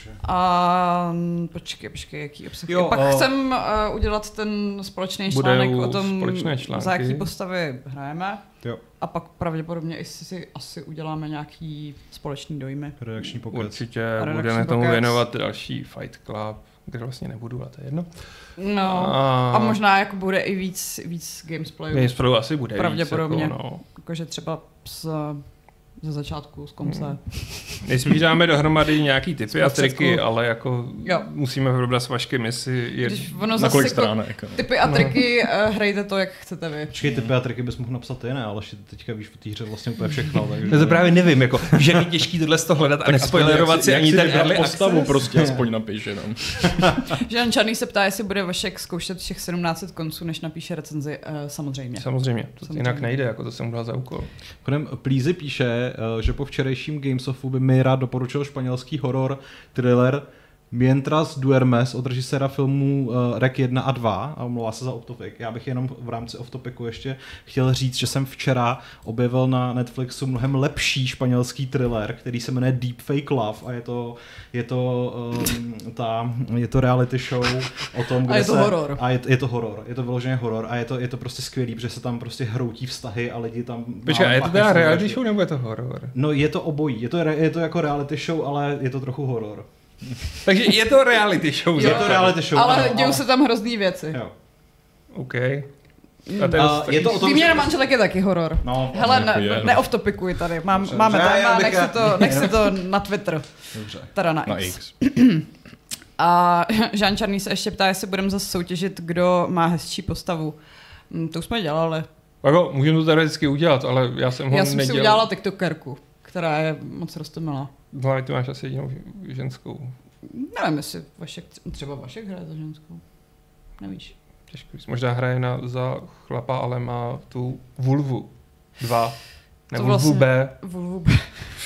A mm, počkej, počkej, jaký obsah. Jo, Jo, pak o- chcem uh, udělat ten společný Budou článek o tom, společné články. za jaký postavy hrajeme. Jo. A pak pravděpodobně i si asi uděláme nějaký společný dojmy. Redakční pokec. Určitě redakční budeme tomu pokec. věnovat další Fight Club, kde vlastně nebudu, a to je jedno. No. A, A možná jako bude i víc, víc gamesplayů. Gamesplayů asi bude Pravděpodobně. víc, jako, no. Jakože třeba z, ze začátku, z konce. Hmm. Nejspíš dáme dohromady nějaký typy a Zprostředku. triky, ale jako Jo. musíme vybrat s Vaškem, jestli je... Když ono Na zase kolik jako stránek? No. typy a No. triky uh, hrajte to, jak chcete vy. Počkej, ty Patriky bys mohl napsat ty, ne? Ale ty teďka víš v té hře vlastně úplně všechno. Takže... No to právě nevím, jako, že je těžký tohle z toho hledat a nespoilerovat si ani ten early postavu access. prostě aspoň napiš jenom. Žán Čarný se ptá, jestli bude Vašek zkoušet všech sedmnáct set konců, než napíše recenzi. Uh, samozřejmě. Samozřejmě, to Samozřejmě. jinak nejde, jako to jsem udělal za úkol. Chodem, Plízy píše, eh, že po včerejším Gamesofu by mi rád doporučil španělský horor, thriller Mientras duermes od režiséra filmů uh, Rec jedna a dva a omlouvá se za off-topic. Já bych jenom v rámci off-topicu ještě chtěl říct, že jsem včera objevil na Netflixu mnohem lepší španělský thriller, který se jmenuje Deep Fake Love a je to, je to, um, ta, je to reality show o tom, kde a je to se... horor. A je, je to horor. Je to vyloženě horor a je to, je to prostě skvělý, protože se tam prostě hroutí vztahy a lidi tam... Počkej, je to teda reality show nebo je to horor? No je to obojí. Je to, je to jako reality show, ale je to trochu horor. Takže je to reality show. Je to reality show. Ale ano, dějou ale... se tam hrozný věci. Jo. OK. A to je, uh, je to o tom, Výměna že... manželek je taky horor. No, hele, ne, je, no. neoff-topikuj tady. Mám, Dobře, máme dobře, téma, já bych nech, já... si to, nech si to na Twitter. Dobře. Teda na, Na X. X. A Žán Čarný se ještě ptá, jestli budeme zase soutěžit, kdo má hezčí postavu. Hm, to už jsme dělali. Jako, můžeme to teoreticky udělat, ale já jsem ho Já jsem nedělal. si udělala tiktokerku, která je moc roztomilá. Hlavně ty máš asi jedinou ženskou. Nevím, jestli Vašek, třeba Vašek hraje za ženskou. Nevíš. Těžko říct. Možná hraje na, za chlapa, ale má tu vulvu. Dva. Ne, To vulvu vlastně- B. Vulvu B.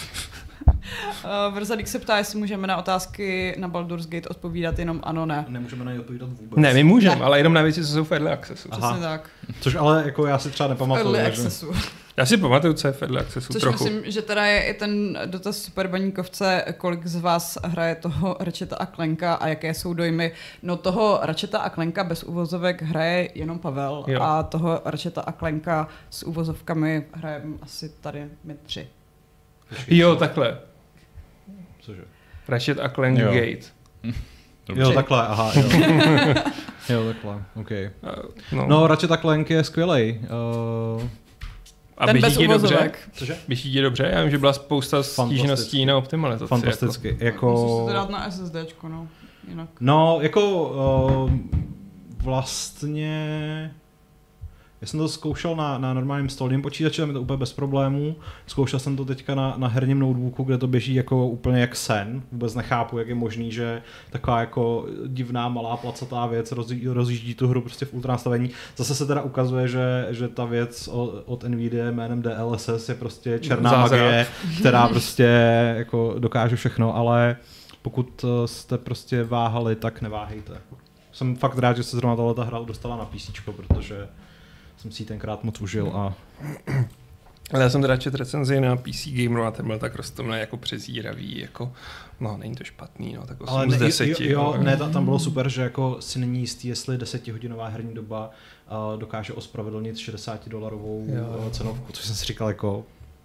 Uh, Vrzadik se ptá, jestli můžeme na otázky na Baldur's Gate odpovídat jenom ano, ne. Nemůžeme na ně odpovídat vůbec. Ne, my můžeme, ale jenom na věci, co jsou v Early Accessu. Aha. Přesně tak. Což ale jako já si třeba nepamatuju. Early že... Accessu. Já si pamatuju, co je v Early Accessu Což trochu. myslím, že teda je i ten dotaz Superbaníkovce, kolik z vás hraje toho Ratcheta a Clanka a jaké jsou dojmy. No toho Ratcheta a Clanka bez uvozovek hraje jenom Pavel Jo. a toho Ratcheta a Clanka s uvozovkami hrajeme asi tady my tři. Jo, takhle. Cože? Ratchet a Clank Jo. Gate. Jo, takhle, aha, jo. Jo, takhle, ok. No. No, Ratchet a Clank je skvělej. Uh... A Ten běží bez ti dobře? uvozovek. Cože? Běží ti dobře? Já vím, že byla spousta stížností na optimalizaci. Fantasticky. Musíš Jako... to dát na SSDčko, no. Jinak. No, jako uh, vlastně... Já jsem to zkoušel na, na normálním stolním počítači, tam je to úplně bez problémů. Zkoušel jsem to teďka na, na herním notebooku, kde to běží jako úplně jak sen. Vůbec nechápu, jak je možný, že taková jako divná, malá, placatá věc rozjí, rozjíždí tu hru prostě v ultra nastavení. Zase se teda ukazuje, že, že ta věc od, od Nvidia jménem D L S S je prostě černá Zázrak. magie, která prostě jako dokáže všechno, ale pokud jste prostě váhali, tak neváhejte. Jsem fakt rád, že se zrovna tato hra dostala na PCčko, protože jsem si ji tenkrát moc užil a... Ale já jsem teda čet recenzi na P C Gameru a ten byl tak roztomilý jako přezíravý, jako no není to špatný, no tak osm z deseti. Jo, jo, no. ne, tam bylo super, že jako si není jistý, jestli desetihodinová herní doba uh, dokáže ospravedlnit šedesátidolarovou uh, cenovku, což jsem si říkal jako...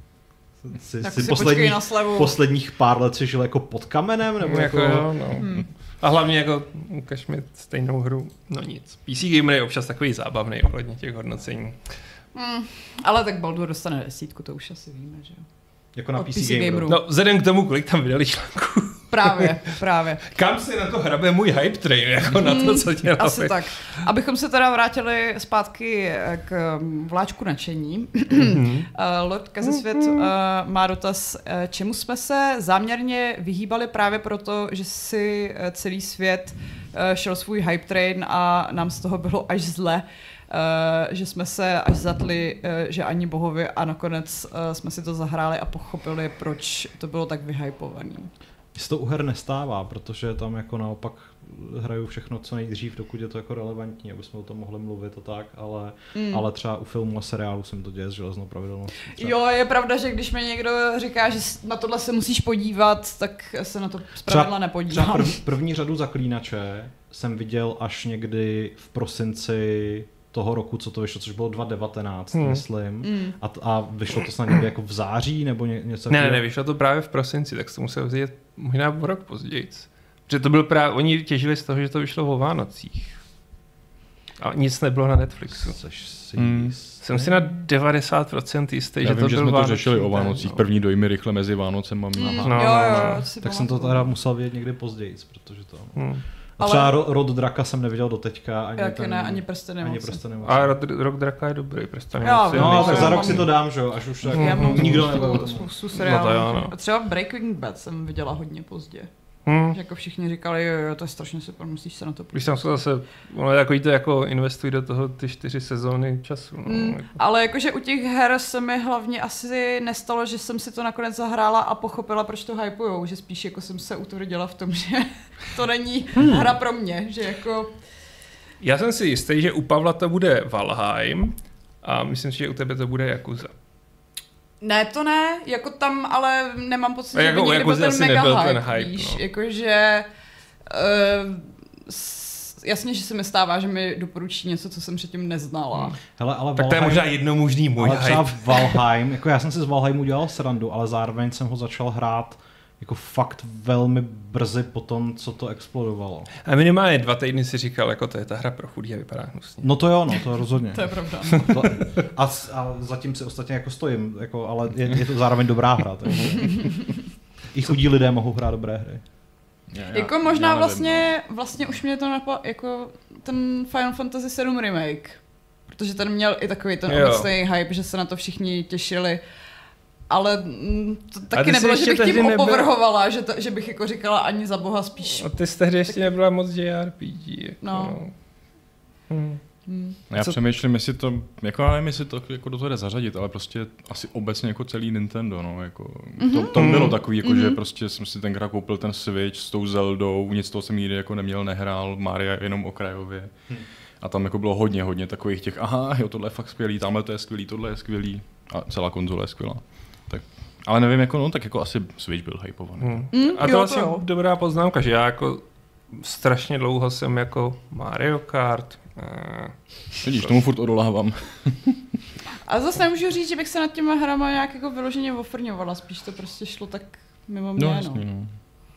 Si, Tak si si posledních, počkej na slevu. posledních pár let si žil jako pod kamenem, nebo jako, jako... jo, no. Hmm. A hlavně jako ukaž mi stejnou hru, no nic. P C Gamer je občas takový zábavný ohledně těch hodnocení. Hmm. Ale tak Baldur dostane desítku, to už asi víme, že jo. Jako na Od P P C C Gameru. Gameru. No vzhledem k tomu, kolik tam vydali článků. Právě, právě. Kam si na to hrabe můj hype train, jako na to, co děláme. Asi tak. Abychom se teda vrátili zpátky k vláčku nadšení. Lord Kazesvět uh, má dotaz, uh, čemu jsme se záměrně vyhýbali právě proto, že si uh, celý svět uh, šel svůj hype train a nám z toho bylo až zle. Uh, že jsme se až zatli, uh, že ani bohovi a nakonec uh, jsme si to zahráli a pochopili, proč to bylo tak vyhypovaný. Se to u her nestává, protože tam jako naopak hraju všechno co nejdřív, dokud je to jako relevantní, aby jsme o tom mohli mluvit a tak, ale, mm. ale třeba u filmu a seriálu jsem to děje s železnou pravidelností. Jo, je pravda, že když mi někdo říká, že na tohle se musíš podívat, tak se na to zpravidla nepodívám. Třeba prv, první řadu Zaklínače jsem viděl až někdy v prosinci toho roku, co to vyšlo, což bylo dva tisíce devatenáct, hmm. myslím. Hmm. A, a vyšlo to snad někdy jako v září, nebo ně, něco? Ne, ne, ne, vyšlo to právě v prosinci, tak to musel vidět možná o rok později. Protože to byl právě, oni těžili z toho, že to vyšlo o Vánocích. A nic nebylo na Netflixu. Si hmm. Jsem si na devadesát procent jistý, Já že vím, to že byl jsme to řešili o Vánocích, no. První dojmy rychle mezi Vánocem a Mm, no, jo, jo, no, no. Tak jsem to teda musel vidět někdy později, protože to... Hmm. A třeba ale... Rod Draka jsem neviděl doteďka. Ani Jak ten, ne, ani Prsteny ani moci. Prsteny moci. A Rod, Rok Draka je dobrý, Prsteny Jo, moci. No, jo, tak jo, za rok mám- si to dám, že jo, až už tak Já mám nikdo spoustu- nebyl. spoustu seriálů. No to jo, no. A třeba Breaking Bad jsem viděla hodně pozdě. Hmm. Že jako všichni říkali, jo, jo, to je strašně super, musíš se na to podívat. Když tam zase, ono je takový to jako investuj do toho ty čtyři sezóny času. No. Hmm. Jako. Ale jakože u těch her se mi hlavně asi nestalo, že jsem si to nakonec zahrála a pochopila, proč to hypujou, že spíš jako jsem se utvrdila v tom, že to není hmm. hra pro mě, že jako... Já jsem si jistý, že u Pavla to bude Valheim a myslím si, že u tebe to bude Yakuza. Ne, to ne, jako tam, ale nemám pocit, a že jako, by někdy byl ten mega hype, ten hype, víš, no. jakože uh, s, jasně, že se mi stává, že mi doporučí něco, co jsem předtím neznala. Hmm. Hele, ale tak Valheim, to je možná jedno možný můj ale hype. třeba Valheim, jako já jsem si z Valheimu dělal srandu, ale zároveň jsem ho začal hrát jako fakt velmi brzy po tom, co to explodovalo. A minimálně dva týdny si říkal, jako to je ta hra pro chudý a vypadá hnusně. No to jo, no to rozhodně. To je pravda. To, a, a zatím si ostatně jako stojím, jako, ale je, je to zároveň dobrá hra. Takže i chudí lidé mohou hrát dobré hry. Já, já, jako možná nevím, vlastně, no. vlastně už mě to napadlo, jako ten Final Fantasy sedm remake, protože ten měl i takový ten obecný hype, že se na to všichni těšili. Ale to taky nebylo, že bych tím nebyl... opovrhovala, že, to, že bych jako říkala ani za boha spíš. A ty jsi tehdy ještě tak... nebyla moc J R P G. Jako no. no. Hmm. Hmm. Já Co? přemýšlím, jestli to, jako já nevím, jestli to jako do toho jde zařadit, ale prostě asi obecně jako celý Nintendo, no, jako, mm-hmm. to, to bylo takový, jako, mm-hmm. že prostě jsem si tenkrát koupil ten Switch s tou Zeldou, nic toho jsem nikdy jako neměl, nehrál, Maria jenom okrajově. Hmm. A tam jako bylo hodně, hodně takových těch, aha, jo, tohle je fakt skvělý, tamhle to je skvělý, tohle je skvělý a celá konzole je skvělá. Tak, ale nevím, jako, no, tak jako asi Switch byl hypovaný. Hmm. Mm, a to je vlastně dobrá poznámka, že já jako strašně dlouho jsem jako Mario Kart. Eh, Vidíš, tomu furt odolávám. A zase nemůžu říct, že bych se nad těma hrama nějak jako vyloženě ofrňovala, spíš to prostě šlo tak mimo mě, no. no. Jasný, no.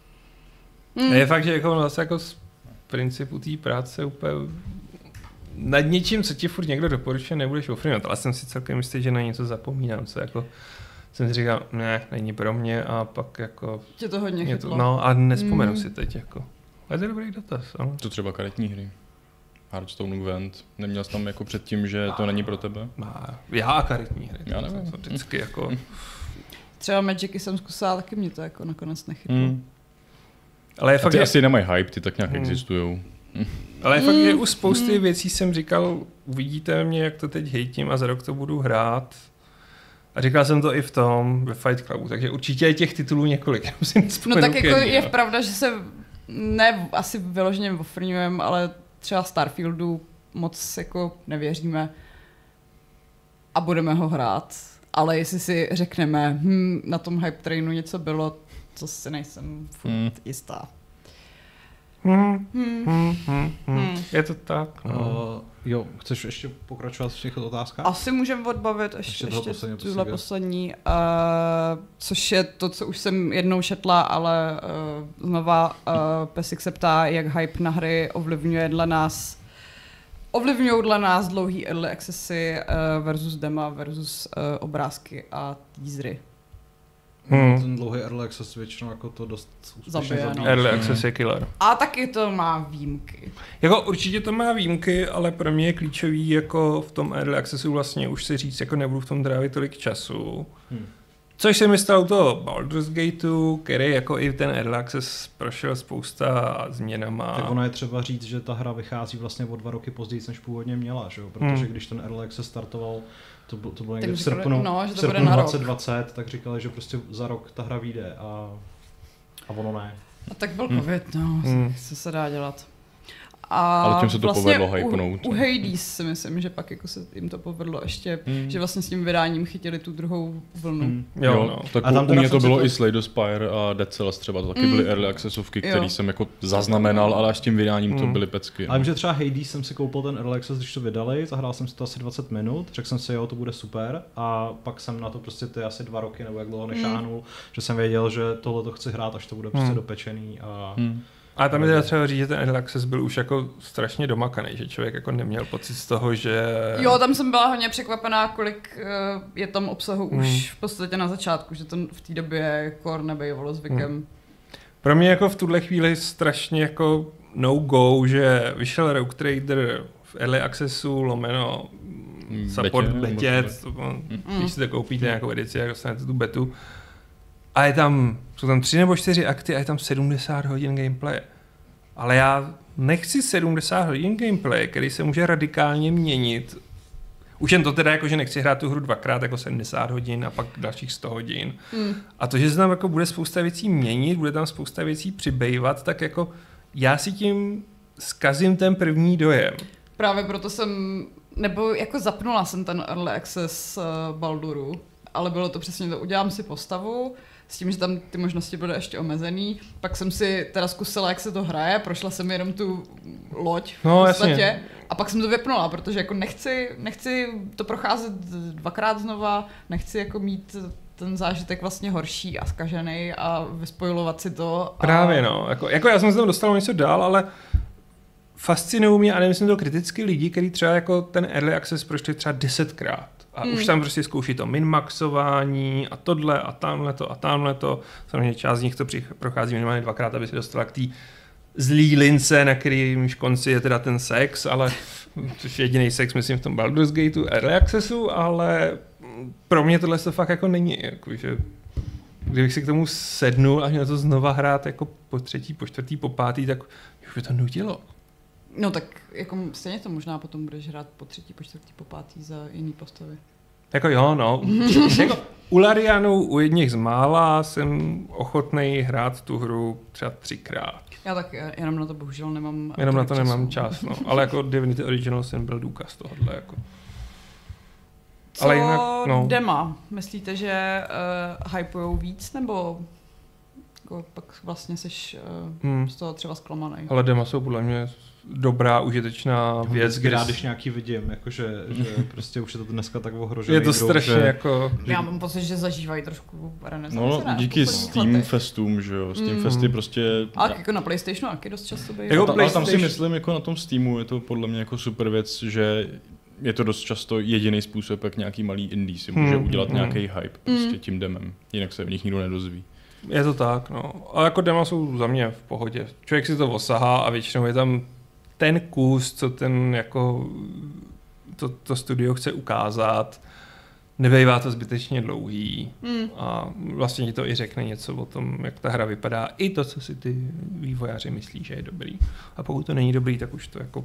Mm. Je fakt, že jako zase jako z principu té práce úplně nad něčím, co ti furt někdo doporučuje, nebudeš ofrňovat, ale jsem si celkem jistý, že na něco zapomínám, co jako jsem si říkal, ne, není pro mě a pak jako... Tě to hodně chytlo. To, no a nespomenu mm. si teď jako. Ale to je dobrý dotaz, ano. To třeba karetní hry. Hearthstone Event. Neměl jsi tam jako předtím, že to není pro tebe? Má. Já a karetní hry. Já nevím. To vždycky jako... Třeba Magicy jsem zkusila, taky mě to jako nakonec nechytlo. Mm. Ale je fakt, ty že... asi nemají hype, ty tak nějak mm. existujou. Ale je mm. fakt, že u spousty mm. věcí jsem říkal, uvidíte mě, jak to teď hejtím a za rok to budu hrát. A říkal jsem to i v tom, ve Fight Clubu, takže určitě je těch titulů několik. No tak jako je no. pravda, že se ne asi vyloženě ofrňujeme, ale třeba Starfieldu moc jako nevěříme a budeme ho hrát. Ale jestli si řekneme, hm, na tom hype trainu něco bylo, to si nejsem furt hmm. jistá. Hmm. Hmm. Hmm. Hmm. Hmm. Je to tak. No. Uh, jo, chceš ještě pokračovat v těch otázkách? Asi můžeme odbavit ještě, ještě, ještě tuhle poslední, uh, což je to, co už jsem jednou četla, ale uh, znova uh, Pesik se ptá, jak hype na hry ovlivňuje dle nás ovlivňují dle nás dlouhý early accessy uh, versus dema versus uh, obrázky a teasery. Hmm. Ten dlouhý early access většinou jako to dost úspěšně zabije. No. Early access je killer. A taky to má výjimky. Jako určitě to má výjimky, ale pro mě je klíčový jako v tom early accessu vlastně už si říct, jako nebudu v tom trávit tolik času. Hmm. Což se mi stalo u toho Baldur's Gateu, který jako i ten early access prošel spousta změnama. Tak ono je třeba říct, že ta hra vychází vlastně o dva roky později, než původně měla, že jo? Protože hmm. když ten early access startoval, to, to bylo někde v srpnu, no, v srpnu dvacet dvacet, tak říkali, že prostě za rok ta hra vyjde a, a ono ne. A tak byl covid, hmm. no, hmm. co se dá dělat. A ale tím se to vlastně povedlo hypnout. U, u Hades si myslím, že pak jako se jim to povedlo ještě, hmm. že vlastně s tím vydáním chytili tu druhou vlnu. Hmm. Jo, jo no. Tak a tam u mě to bylo to... i Slay the Spire a Dead Cells třeba, to taky hmm. byly early accessovky, který jsem jako zaznamenal, ale až s tím vydáním hmm. to byly pecky. Ale vím, že třeba Hades jsem si koupil ten early access, když to vydali, zahrál jsem si to asi dvacet minut, řekl jsem si, jo, to bude super a pak jsem na to prostě ty asi dva roky nebo jak dlouho nešáhnul, hmm. že jsem věděl, že tohle to chci hrát, až to bude prostě hmm. dopečený a... Hmm. A tam je teda třeba říct, že ten early access byl už jako strašně domakaný, že člověk jako neměl pocit z toho, že... Jo, tam jsem byla hodně překvapená, kolik uh, je tam obsahu hmm. už v podstatě na začátku, že to v té době jako nebejvalo zvykem. Hmm. Pro mě jako v tuhle chvíli strašně jako no-go, že vyšel Rogue Trader v early accessu, lomeno support betě, když si to koupíte nějakou edici, jak dostanete tu betu. a je tam, jsou tam tři nebo čtyři akty a je tam sedmdesát hodin gameplay. Ale já nechci sedmdesát hodin gameplay, který se může radikálně měnit. Už jen to teda, jako, že nechci hrát tu hru dvakrát jako sedmdesát hodin a pak dalších sto hodin. Mm. A to, že se tam jako bude spousta věcí měnit, bude tam spousta věcí přibývat, tak jako já si tím zkazím ten první dojem. Právě proto jsem, nebo jako zapnula jsem ten Early Access uh, Balduru, ale bylo to přesně to, udělám si postavu, s tím, že tam ty možnosti byly ještě omezený. Pak jsem si teda zkusila, jak se to hraje, prošla jsem jenom tu loď no, v podstatě. Jasně. A pak jsem to vypnula, protože jako nechci, nechci to procházet dvakrát znova, nechci jako mít ten zážitek vlastně horší a zkažený a vyspojovat si to. A... Právě no, jako, jako já jsem se tam dostal něco dál, ale fascinují mě, a nemyslím to kriticky, lidi, kteří třeba jako ten Early Access prošli třeba desetkrát. A hmm. už tam prostě zkouší to minmaxování a tohle a tamhle to a tamhle to. Samozřejmě část z nich to prochází minimálně dvakrát, aby se dostala k té zlý lince, na kterýmž konci je teda ten sex, ale což je jediný sex, myslím, v tom Baldur's Gateu Early Accessu, ale pro mě tohle to fakt jako není. Jako, že kdybych si k tomu sednul a měl to znova hrát jako po třetí, po čtvrtý, po pátý, tak už by to nudilo. No tak jako stejně to možná potom budeš hrát po třetí, po čtvrtý, po pátý za jiný postavy. Jako jo, no. jako, u Larianu, u jedních z mála jsem ochotnej hrát tu hru třeba třikrát. Já tak jenom na to bohužel nemám Jenom na to času. nemám čas, no. Ale jako Divinity Original jsem byl důkaz tohohle. Jako. Co ale jinak, no. Dema? Myslíte, že uh, hypujou víc, nebo jako pak vlastně seš uh, hmm. z toho třeba zklamaný? Ale dema jsou podle mě dobrá, užitečná věc. Když když nějaký vidím, jakože, že prostě už je to dneska tak ohrožený. Je to strašně že... jako... Já mám pocit, že zažívají trošku renesanci. No, díky Steam letech. Festům, že jo. Steam mm. Festy prostě... Ale jako na PlayStationu taky dost často bývají. Jako ale tam si myslím, jako na tom Steamu je to podle mě jako super věc, že je to dost často jediný způsob, jak nějaký malý indie si může mm. udělat mm. nějaký hype prostě mm. tím demem. Jinak se v nich nikdo nedozví. Je to tak, no. Ale jako dema jsou za mě v pohodě. Člověk si to osahá a většinou je tam ten kus, co ten jako to, to studio chce ukázat, nebejvá to zbytečně dlouhý mm. a vlastně ti to i řekne něco o tom, jak ta hra vypadá, i to, co si ty vývojáři myslí, že je dobrý. A pokud to není dobrý, tak už to jako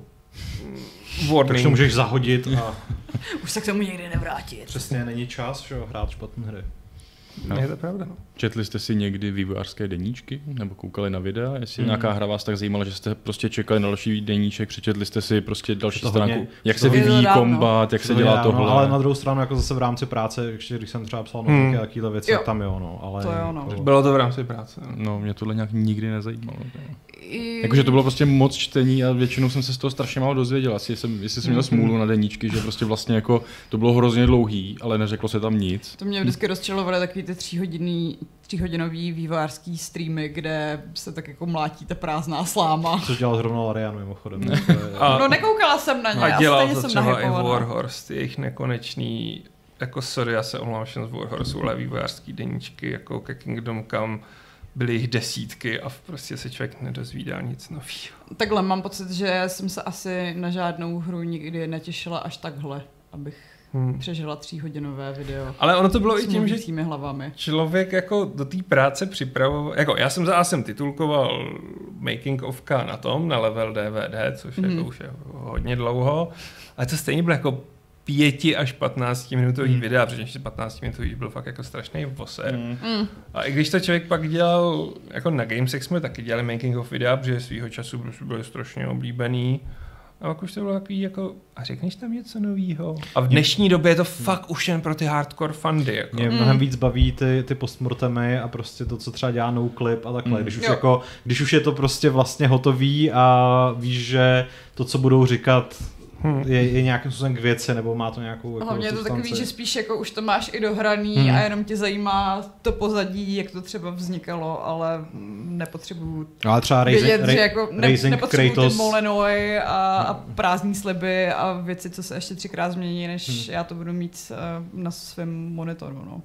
warning. Takže to můžeš zahodit a... už se k tomu někdy nevrátit. Přesně, není čas, že jo, hrát špatné hry. No. Je to pravda. No. Četli jste si někdy vývojářské deníčky? Nebo koukali na videa? Jestli mm. nějaká hra vás tak zajímala, že jste prostě čekali na další deníček, přečetli jste si prostě další stránku, hodně, jak se vyvíjí kombat, jak se dělá dávno, tohle. Ale na druhou stranu, jako zase v rámci práce, když jsem třeba psal mm. nějaké takovéhle věci, jo. tam jo, no. Ale to jo, no. To... Bylo to v rámci práce. No, no mě tohle nějak nikdy nezajímalo. I... Jakože to bylo prostě moc čtení a většinou jsem se z toho strašně málo dozvěděl. Asi jsem, jestli jsem měl smůlu na deníčky, že prostě vlastně jako to bylo hrozně dlouhý, ale neřeklo se tam nic. To mě vždycky rozčilovaly takový ty tříhodinný tříhodinový vývojářský streamy, kde se tak jako mlátí ta prázdná sláma. Což dělal zrovna Larian mimochodem. a, no nekoukala jsem na ně. A dělal to třeba i Warhorse, jejich nekonečný, jako sorry, já se omlouvám všem z Warhorse, ale vývojářský deníčky, jako ke Kingdom Come, byly jich desítky a prostě se člověk nedozvídal nic nového. Takhle mám pocit, že jsem se asi na žádnou hru nikdy netěšila až takhle, abych Hmm. přežila tříhodinové video. Ale ono to bylo i tím, že hlavami. Člověk jako do té práce připravoval, jako já jsem za jsem titulkoval making ofka na tom, na Level D V D, což hmm. jako už je hodně dlouho, ale to stejně bylo jako pěti až patnácti minutový hmm. videa, protože patnáct minutový byl fakt jako strašný voser. Hmm. A i když to člověk pak dělal, jako na Gamesech jsme taky dělali making of videa, protože svýho času byly strašně oblíbený. A pak už to bylo takový jako, a řekneš tam něco novýho? A v dnešní době je to fakt už jen pro ty hardcore fandy. Jako. Mě mnohem víc baví ty, ty postmortemy a prostě to, co třeba dělá Noclip a takhle. Mm. Když, už jako, když už je to prostě vlastně hotový a víš, že to, co budou říkat, Hmm. Je, je nějakým způsobem k věci, nebo má to nějakou jako hlavně je to takový, že spíš jako už to máš i dohraný hmm. a jenom tě zajímá to pozadí, jak to třeba vznikalo, ale nepotřebuju ale třeba vědět, raising, že jako ne, nepotřebuju Kratos. ty Molenoi a, a prázdní sliby a věci, co se ještě třikrát změní, než hmm. já to budu mít uh, na svém monitoru. No.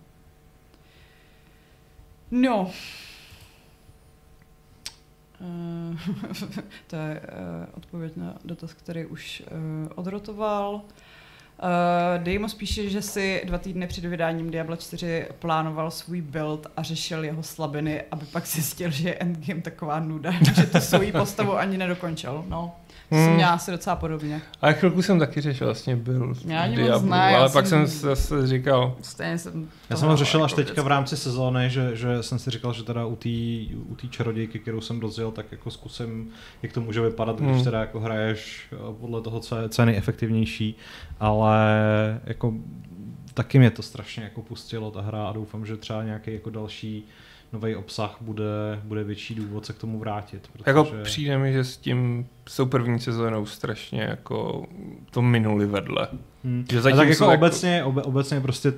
no. Uh, to je uh, odpověď na dotaz, který už uh, odrotoval. Uh, Deimos píše, že si dva týdny před vydáním Diablo čtyři plánoval svůj build a řešil jeho slabiny, aby pak zjistil, že je endgame taková nuda, že tu svoji postavu ani nedokončil. No, hmm. jsem měla asi docela podobně. Ale chvilku jsem taky řešil vlastně build Diablo, ale pak jsem zase říkal... Stejně jsem já jsem ho řešil až teďka v rámci sezóny, že, že jsem si říkal, že teda u té u té čarodějky, kterou jsem dozjel, tak jako zkusím, jak to může vypadat, když hmm. teda jako hraješ podle toho, co je, co je nejefektivnější, ale jako taky mě to strašně jako pustilo ta hra a doufám, že třeba nějaký jako další nový obsah bude, bude větší důvod se k tomu vrátit. Protože... Jako přijde mi, že s tím s tou první sezónou strašně jako to minuli vedle. Hmm. Že a tak jako tak... obecně, obe, obecně prostě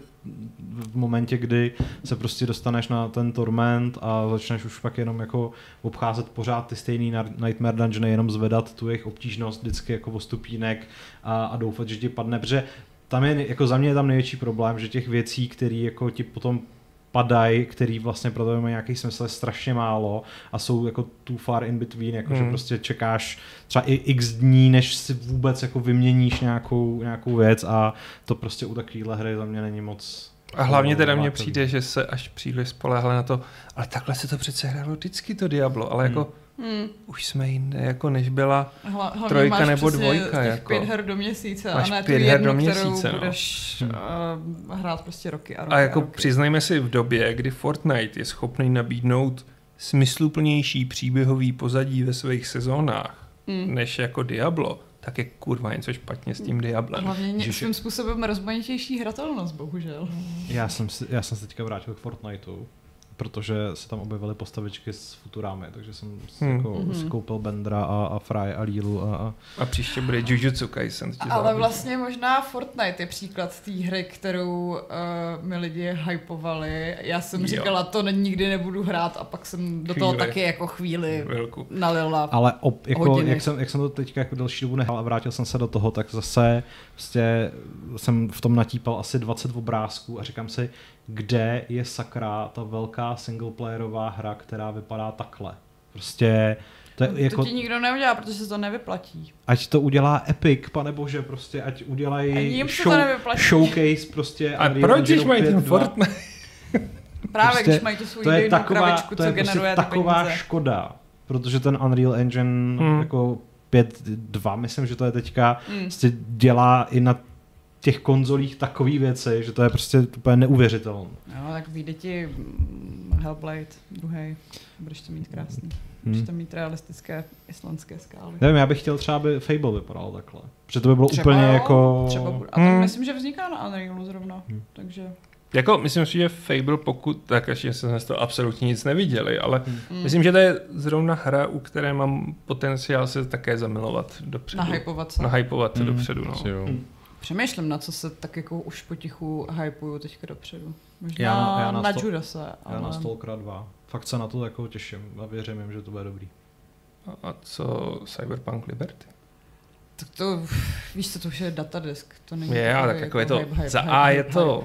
v momentě, kdy se prostě dostaneš na ten torment a začneš už pak jenom jako obcházet pořád ty stejný Nightmare Dungeony, jenom zvedat tu jejich obtížnost vždycky jako o stupínek a, a doufat, že ti padne, protože tam je, jako za mě je tam největší problém, že těch věcí, které jako ti potom padají, který vlastně pro to mají nějaký smysl, je strašně málo a jsou jako too far in between, jako hmm. že prostě čekáš třeba i x dní, než si vůbec jako vyměníš nějakou, nějakou věc a to prostě u takovéhle hry za mě není moc... A hlavně teda mně přijde, že se až příliš spoléhla na to, ale takhle se to přece hrálo vždycky to Diablo, ale hmm. jako Hmm. už jsme jinde, jako než byla Hla, trojka nebo dvojka. Jako pět her do měsíce a ne tu jednu, měsíce, kterou no. budeš uh, hrát prostě roky a roky. A jako a roky. Přiznejme si, v době, kdy Fortnite je schopný nabídnout smysluplnější příběhový pozadí ve svých sezónách, hmm. než jako Diablo, tak je kurva něco špatně s tím Diablem. Hlavně nějakým způsobem rozmanitější hratelnost, bohužel. Já jsem, si, já jsem se teďka vrátil k Fortniteu, protože se tam objevily postavičky s Futurami, takže jsem hmm. jako mm-hmm. si koupil Bendra a, a Fry a Lilu. A, a... a příště bude Jujutsu Kaisen. Ale vlastně možná Fortnite je příklad té hry, kterou uh, mi lidi hypovali. Já jsem jo. říkala, to nikdy nebudu hrát a pak jsem do chvíli. toho taky jako chvíli Velku. nalila Ale op, jako, jak, jsem, jak jsem to teďka jako delší dobu nehrál a vrátil jsem se do toho, tak zase prostě jsem v tom natípal asi dvacet obrázků a říkám si, kde je sakra ta velká singleplayerová hra, která vypadá takhle. Prostě to je jako... To ti nikdo neudělá, protože se to nevyplatí. Ať to udělá Epic, panebože, prostě, ať udělají show, showcase prostě. A proč když mají ten Fortnite? Právě prostě, když mají tu svou idejnou kravičku, co generuje prostě taková peníze. Škoda, protože ten Unreal Engine hmm. jako pět dva, myslím, že to je teďka, hmm. prostě dělá i na těch konzolích takový věci, že to je prostě úplně neuvěřitelné. No, tak vyjde ti Hellblade druhý, budeš to mít krásný. Hmm. Budeš to mít realistické islandské skály. Nevím, já bych chtěl třeba, aby Fable vypadal takhle. Protože to by bylo třeba úplně jo, jako... Třeba, a to hmm. myslím, že vzniká na Unrealu zrovna, hmm. takže... Jako, myslím si, že Fable, pokud, tak ještě jsme z toho absolutně nic neviděli, ale hmm. myslím, že to je zrovna hra, u které mám potenciál se také zamilovat dopředu. Nahypovat se. Nahypovat se hmm. dopředu, no. Hmm. Přemýšlím, na co se tak jako už potichu hypuju teďka dopředu. Možná já, já na, na sto, Judase. Ale... Já na Stalkera dva. Fakt se na to jako těším a věřím jim, že to bude dobrý. A, a co Cyberpunk Liberty? Tak to, víš co, to už je datadisk. To není je, ale tak jako je to, hype, hype, za hype, A hype, je to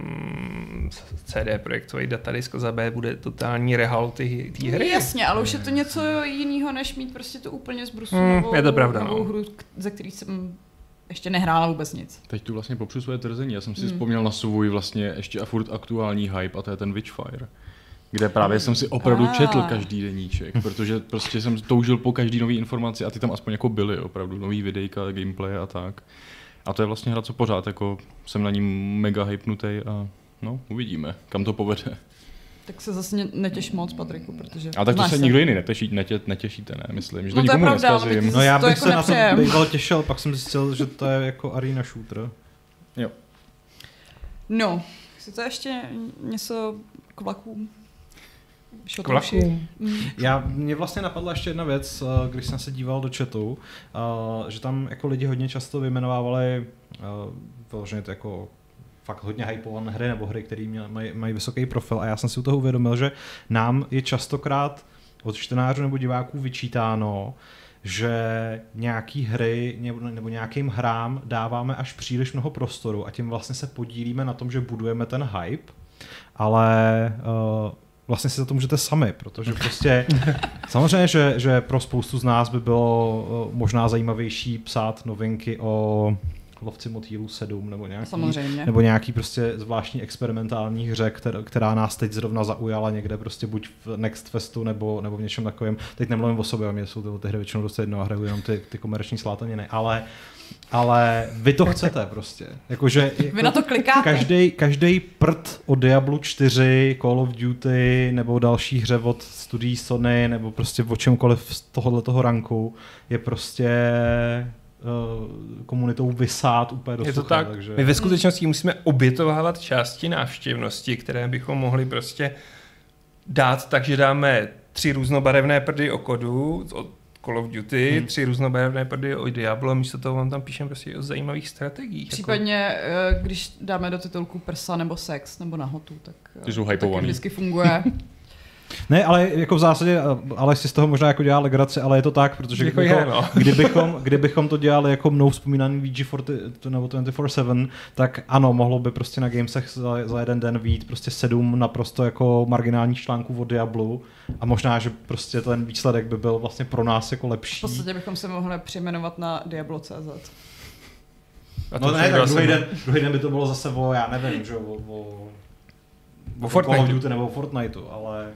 mm, C D Projektový datadisk, za B bude totální rehal té hry. Jasně, ale už je to něco jiného, než mít prostě tu úplně z brusu mm, novou, je to pravda, novou no. hru, ze který jsem ještě nehrála vůbec nic. Teď tu vlastně popřu svoje tvrzení. Já jsem si hmm. vzpomněl na svůj vlastně ještě a furt aktuální hype a to je ten Witchfire. Kde právě hmm. jsem si opravdu ah. četl každý deníček, protože prostě jsem toužil po každý nový informaci a ty tam aspoň jako byly opravdu nový videjka, gameplay a tak. A to je vlastně hra, co pořád jako jsem na ní mega hypnutej a no, uvidíme, kam to povede. Tak se zase netěš moc, Patriku, protože... A tak to se, se nikdo jiný netěší, netě, netěšíte, ne, myslím, že to no nikomu to je pravda, neskazím. No já bych jako se nepřejem. na to býval těšil, pak jsem zjistil, že to je jako arena shooter. Jo. No, chci to ještě něco k vlakům? K vlakům? Já, mě vlastně napadla ještě jedna věc, když jsem se díval do chatu, že tam jako lidi hodně často vyjmenovávali vyloženě to jako fakt hodně hypované hry nebo hry, které mají, mají vysoký profil a já jsem si u toho uvědomil, že nám je častokrát od čtenářů nebo diváků vyčítáno, že nějaký hry nebo, nebo nějakým hrám dáváme až příliš mnoho prostoru a tím vlastně se podílíme na tom, že budujeme ten hype, ale uh, vlastně si za to můžete sami, protože prostě samozřejmě, že, že pro spoustu z nás by bylo uh, možná zajímavější psát novinky o Lovci motýlů sedm nebo nějaký, Samozřejmě. nebo nějaký prostě zvláštní experimentální hře, která, která nás teď zrovna zaujala někde prostě buď v Next Festu nebo, nebo v něčem takovém. Teď nemluvím o sobě, mě jsou ty, ty hry většinou dost jedno a hraju jenom ty, ty komerční slátaniny, ale ale vy to chcete prostě. Jakože, jako vy na to klikáte. Každý, každý prd o Diablo čtyři, Call of Duty nebo další hře od studií Sony nebo prostě o čemkoliv z tohohletoho ranku je prostě uh, komunitou vysát úplně do Je to sucha, tak. Takže... My ve skutečnosti musíme obětovávat části návštěvnosti, které bychom mohli prostě dát tak, že dáme tři různobarevné prdy o kodu, od Call of Duty, hmm. tři různobarevné prdy o Diablo, místo toho vám tam píšeme prostě o zajímavých strategiích. Případně, jako... když dáme do titulku prsa nebo sex nebo nahotu, tak ty jsou taky vždycky funguje. Ne, ale jako v zásadě, ale si z toho možná jako dělá legraci, ale je to tak, protože jako jako, je, no. kdybychom, kdybychom to dělali jako mnou vzpomínaný V G čtyřicet nebo dvacet čtyři sedm, tak ano, mohlo by prostě na Gamesech za, za jeden den vyjít prostě sedm naprosto jako marginálních článků o Diablu a možná, že prostě ten výsledek by byl vlastně pro nás jako lepší. V podstatě bychom se mohli přejmenovat na Diablo tečka cé zet. No ne, tak druhý den, druhý den by to bylo zase o, já nevím, že o, o, o Fortnite Duty nebo o Fortniteu, ale...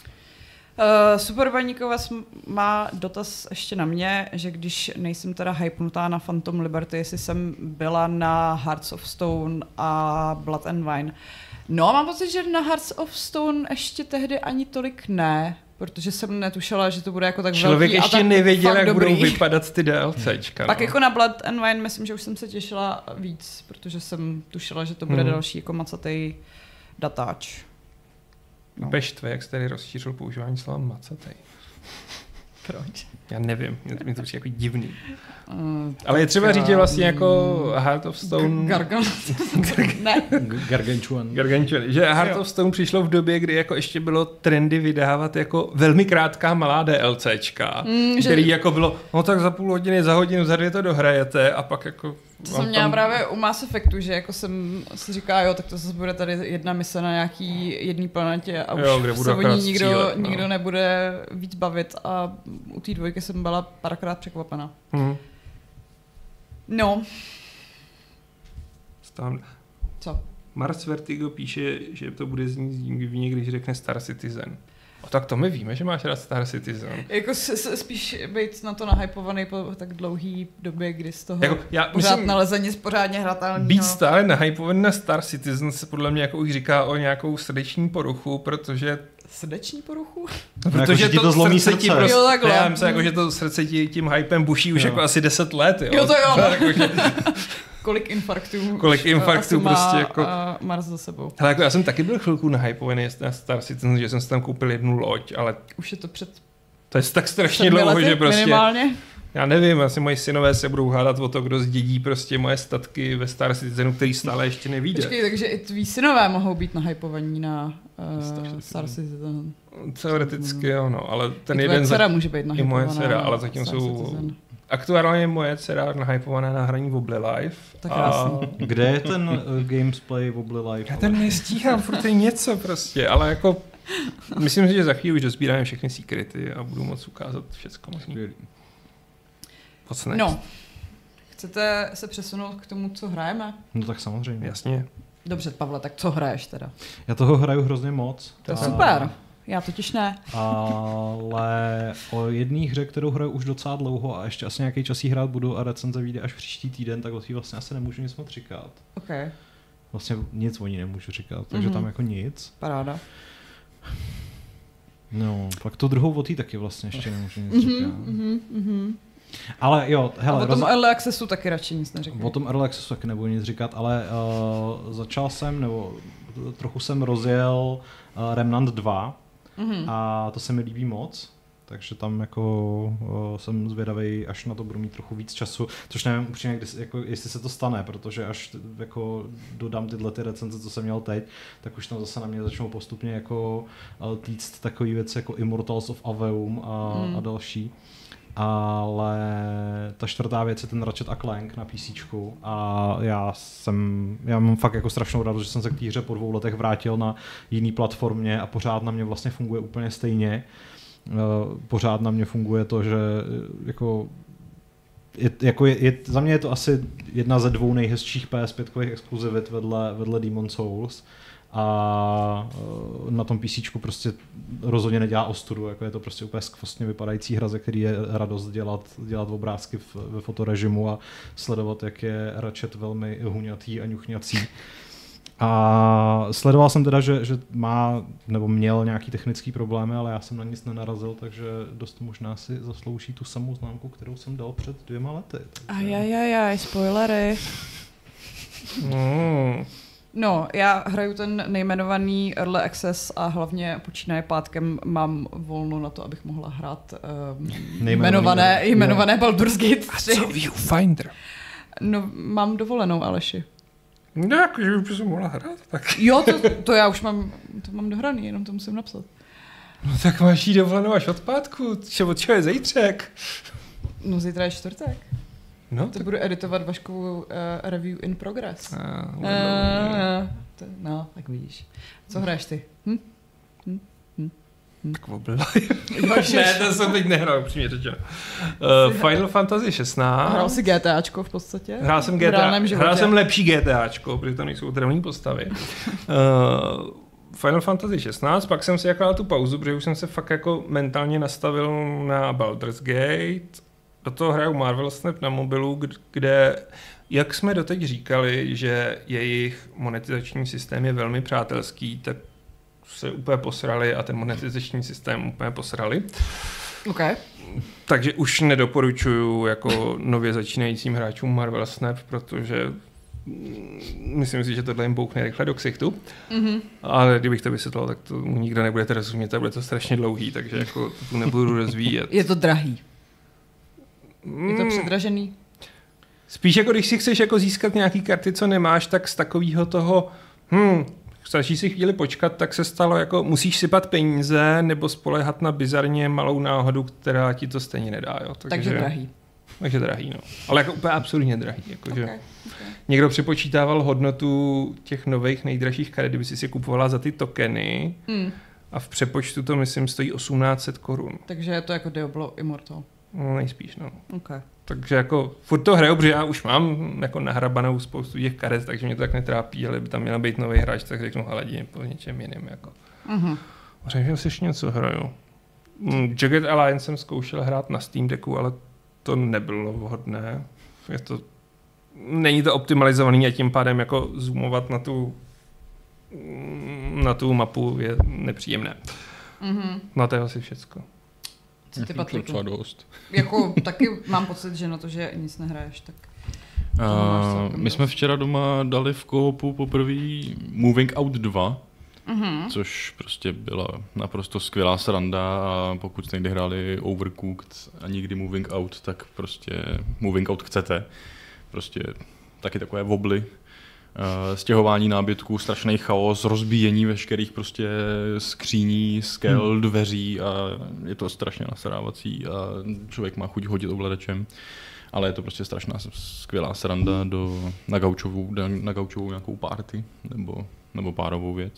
Uh, Super Baníkova má dotaz ještě na mě, že když nejsem teda hypnutá na Phantom Liberty, jestli jsem byla na Hearts of Stone a Blood and Wine. No, mám pocit, že na Hearts of Stone ještě tehdy ani tolik ne, protože jsem netušila, že to bude jako tak Člověk velký ještě a tak nevěděl, jak dobrý. budou vypadat ty DLCčka. Tak no. jako na Blood and Wine myslím, že už jsem se těšila víc, protože jsem tušila, že to bude hmm. další jako macatej datáč. No. Beštve, jak jsi tady rozšířil používání slova macatej. Proč? Já nevím, mě to přijde jako divný. Uh, Ale je třeba říct, že vlastně jako Heart of Stone... Gargan... ne. Gargantuan. Gargantuan. Že Heart of Stone přišlo v době, kdy jako ještě bylo trendy vydávat jako velmi krátká malá DLCčka, mm, který že... jako bylo, no tak za půl hodiny, za hodinu, za dvě to dohrajete a pak jako... To jsem měla tam... právě u Mass Effectu, že jako jsem si říká, jo, tak to zase bude tady jedna mise na nějaký jedné planetě a jo, už se o ní nikdo, střílet, no. nikdo nebude víc bavit a u té dvojky jsem byla párkrát překvapena. Hmm. No. Stám... Co? Mars Vertigo píše, že to bude znít divně, když řekne Star Citizen. O, tak to my víme, že máš rád Star Citizen. Jako s, s, spíš být na to nahypovaný po tak dlouhý době, kdy z toho jako, já pořád myslím, naleze nic pořádně hratelného. Být stále nahypovaný na Star Citizen se podle mě jako už říká o nějakou srdeční poruchu, protože... Srdeční poruchu? No, protože jako, to, to zlomí srdce. Ti prostě, jo, takhle. Já myslím, jako, že to srdce ti tím hypem buší už jo. jako asi deset let. Jo, jo to jo. jako, že... Kolik infarktů Kolik infarktů prostě jako... Mars za sebou. Hele, jako já jsem taky byl chvilku nahypovaný na Star Citizen, že jsem si tam koupil jednu loď, ale... Už je to před... To je tak strašně dlouho, že prostě... Minimálně. Já nevím, asi moji synové se budou hádat o to, kdo zdědí prostě moje statky ve Star Citizenu, který stále ještě nevíde. Počkej, takže i tví synové mohou být nahypovaní na uh, Star Citizen. Teoreticky jo, no, ale ten I jeden... dcera může být nahypovaná. I moje dcera, ale zatím Star jsou... Citizen. Aktuálně moje dcera nahypovaná na hraní Wobbly Life. Tak krásný. A... Kde je ten uh, Gamesplay Wobbly Life? Já ten nestíhám, furt je něco prostě, ale jako... Myslím si, že za chvíli už dozbíráme všechny secrety a budu moc ukázat všecko možný. No, chcete se přesunout k tomu, co hrajeme? No tak samozřejmě. Jasně. Dobře, Pavle, tak co hraješ teda? Já toho hraju hrozně moc. To je a... super, já totiž ne. Ale o jedné hře, kterou hraju už docela dlouho a ještě asi nějaký čas jí hrát budu a recenze vyjde až příští týden, tak o té vlastně asi nemůžu nic moc říkat. Okay. Vlastně nic o ní nemůžu říkat, takže mm-hmm. tam jako nic. Paráda. No, pak tu druhou o té taky vlastně ještě nemůžu nic říkat. Mm-hmm, mm-hmm. Ale jo, hele. A o tom roz... Early Accessu taky radši nic neříkám. O tom Early Accessu taky nebudu nic říkat, ale uh, začal jsem, nebo trochu jsem rozjel uh, Remnant dva mm-hmm. a to se mi líbí moc, takže tam jako uh, jsem zvědavej, až na to budu mít trochu víc času, což nevím upřímně, kdy, jako, jestli se to stane, protože až jako dodám tyhle ty recenze, co jsem měl teď, tak už tam zase na mě začnou postupně jako uh, týct takový věci jako Immortals of Aveum a, mm. a další. Ale ta čtvrtá věc je ten Ratchet a Clank na PCčku a já jsem, já mám fakt jako strašnou radost, že jsem se k té hře po dvou letech vrátil na jiný platformě a pořád na mě vlastně funguje úplně stejně. Pořád na mě funguje to, že jako je, jako je, je, za mě je to asi jedna ze dvou nejhezčích P S pět exkluzivit vedle, vedle Demon's Souls. A na tom PCčku prostě rozhodně nedělá ostudu, jako je to prostě úplně skvostně vypadající hra, ze který je radost dělat, dělat obrázky v, ve fotorežimu a sledovat, jak je Ratchet velmi huňatý a ňuchňací. A sledoval jsem teda, že, že má nebo měl nějaký technický problémy, ale já jsem na nic nenarazil, takže dost možná si zaslouží tu samou známku, kterou jsem dal před dvěma lety. Takže... Ajajajaj, spoilery. Mm. No, já hraju ten nejmenovaný Early Access a hlavně počínaje pátkem mám volno na to, abych mohla hrát um, jmenované, jmenované Baldur's Gate tři. A co Viewfinder? No, mám dovolenou, Aleši. No, jakože už bych mohla hrát, tak. Jo, to, to já už mám, to mám dohraný, jenom to musím napsat. No tak máš jí dovolenou až od pátku, čo, od čeho je zítřek? No, zítra je čtvrtek. No, to tak... budu editovat Vaškovou uh, review in progress. A, uh, uh, to, no, tak vidíš. Co hraješ ty? Hm? Hm? Hm? Hm? Tak ne, to jsem teď nehrál, upřímně řečeno. Uh, Final Fantasy šestnáct. Hrál si GTAčko v podstatě? Hrál jsem G T A, hrál jsem lepší GTAčko, protože tam nejsou drevné postavy. Uh, Final Fantasy šestnáct, pak jsem si jako dal tu pauzu, protože už jsem se fakt jako mentálně nastavil na Baldur's Gate. Do toho hraju Marvel Snap na mobilu, kde, jak jsme doteď říkali, že jejich monetizační systém je velmi přátelský, tak se úplně posrali a ten monetizační systém úplně posrali. Okay. Takže už nedoporučuju jako nově začínajícím hráčům Marvel Snap, protože myslím si, že tohle jim bouchne rychle do ksichtu. Mm-hmm. Ale kdybych to vysvětlil, tak to nikdo nebudete rozumět a bude to strašně dlouhý, takže jako to tu nebudu rozvíjet. Je to drahý. Je to předražený? Spíš jako když si chceš jako získat nějaký karty, co nemáš, tak z takového toho, hm, stačí si chvíli počkat, tak se stalo jako musíš sypat peníze nebo spoléhat na bizarně malou náhodu, která ti to stejně nedá. Jo. Takže, takže drahý. Takže drahý, no. Ale jako úplně absolutně drahý. Jako, okay, že okay. Někdo připočítával hodnotu těch nových nejdražších karet, kdyby si si kupovala za ty tokeny mm. a v přepočtu to myslím stojí osmnáct set korun. Takže je to jako Diablo Immortal. No nejspíš, no. Okay. Takže jako furt to hraju, protože já už mám jako nahrabanou spoustu těch karet, takže mě to tak netrápí, ale by tam měl být nový hráč, tak řeknu, hele, jdi po něčem jiným. Jako. Uh-huh. Řekl si ještě něco hraju. Mm, Jagged Alliance jsem zkoušel hrát na Steam Decku, ale to nebylo vhodné. Je to, není to optimalizovaný a tím pádem jako zoomovat na tu, na tu mapu je nepříjemné. Uh-huh. No to je asi všecko. Co ty, Patriku? Dost. Jako taky mám pocit, že na to, že nic nehraješ, tak... Uh, my jsme včera doma dali v koopu poprvé Moving Out dva, uh-huh. což prostě byla naprosto skvělá sranda a pokud jste někdy hráli Overcooked a nikdy Moving Out, tak prostě Moving Out chcete. Prostě taky takové wobly. Uh, stěhování nábytků, strašný chaos, rozbíjení veškerých prostě skříní, skel, hmm. dveří a je to strašně nasadávací a člověk má chuť hodit ovladačem, ale je to prostě strašná skvělá sranda do, na gaučovou, na gaučovou nějakou party nebo, nebo párovou věc.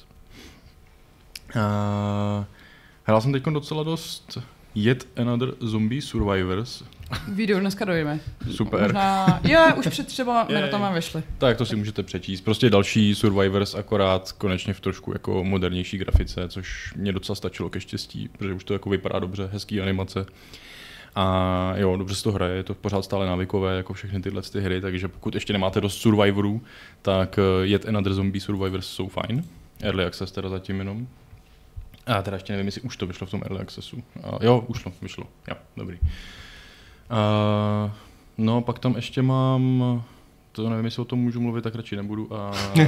Uh, hrál jsem teď docela dost Yet Another Zombie Survivors. Video dneska dojíme. Super. Možná... Jo, už před třeba minutama vyšli. Tak to si můžete přečíst. Prostě další Survivors, akorát konečně v trošku jako modernější grafice, což mě docela stačilo ke štěstí, protože už to jako vypadá dobře, hezký animace. A jo, dobře se to hraje, je to pořád stále návykové, jako všechny tyhle ty hry, takže pokud ještě nemáte dost Survivorů, tak Yet Another Zombie Survivors jsou fajn. Early Access teda zatím jenom. A teda ještě nevím, jestli už to vyšlo v tom Early Accessu. A jo, už to vyšlo, jo, dobrý. Uh, no, pak tam ještě mám, to nevím, jestli o tom můžu mluvit, tak radši nebudu. Uh, uh,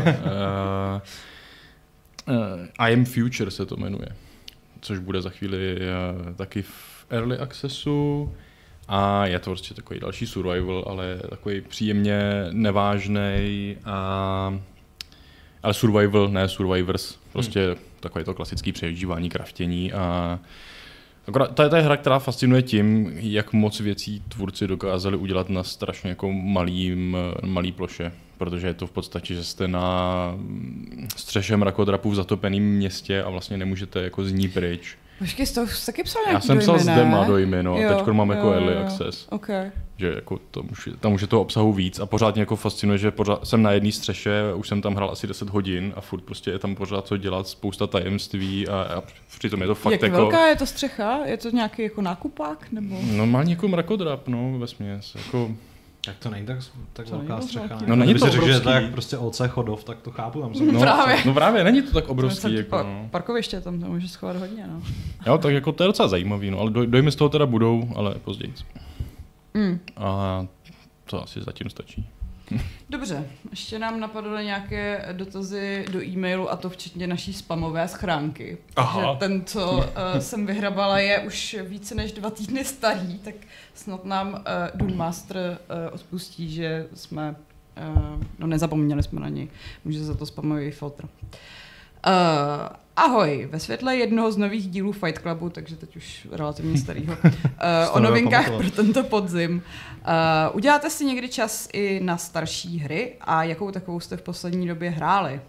uh, I Am Future se to jmenuje, což bude za chvíli uh, taky v Early Accessu. A je to prostě takový další survival, ale takový příjemně nevážnej, a, ale survival, ne survivors, prostě hmm. takový to klasický přežívání, kraftění a akorát, to je ta hra, která fascinuje tím, jak moc věcí tvůrci dokázali udělat na strašně jako malým, malý ploše, protože je to v podstatě, že jste na střeše mrakodrapu v zatopeném městě a vlastně nemůžete jako z ní pryč. Počkej, z toho taky psal nějaký Já jsem dojmy, psal z ne? dema dojmy, no, jo, a teďko mám jo, jako jo, early jo. access. Okay. Že jako to už, tam už je toho obsahu víc a pořád mě jako fascinuje, že pořád jsem na jedné střeše, už jsem tam hrál asi deset hodin a furt prostě je tam pořád co dělat, spousta tajemství a, a přitom je to fakt Jak jako... velká je to střecha? Je to nějaký jako nákupák? Nebo? Normálně jako mrakodrap, no, vesměs, jako... Tak to není tak, tak To velká není střecha. velký. No není to řekl, že je to obrovský. jak prostě O C Chodov, tak to chápu. Tam jsem No Právě. no právě, není to tak To obrovský, je jako pa- no. Parkoviště tam to může schovat hodně, no. Jo, tak jako to je docela zajímavý, no, ale doj, dojmy z toho teda budou, ale později. Mm. A to asi zatím stačí. Dobře, ještě nám napadly nějaké dotazy do e-mailu a to včetně naší spamové schránky. Aha. Takže ten, co uh, jsem vyhrabala, je už více než dva týdny starý, tak snad nám uh, Dunemaster uh, odpustí, že jsme, uh, no nezapomněli jsme na něj, může za to spamový filtr. Uh, ahoj, ve světle jednoho z nových dílů Fight Clubu, takže teď už relativně starýho, uh, o novinkách pro tento podzim. Uh, uděláte si někdy čas i na starší hry a jakou takovou jste v poslední době hráli?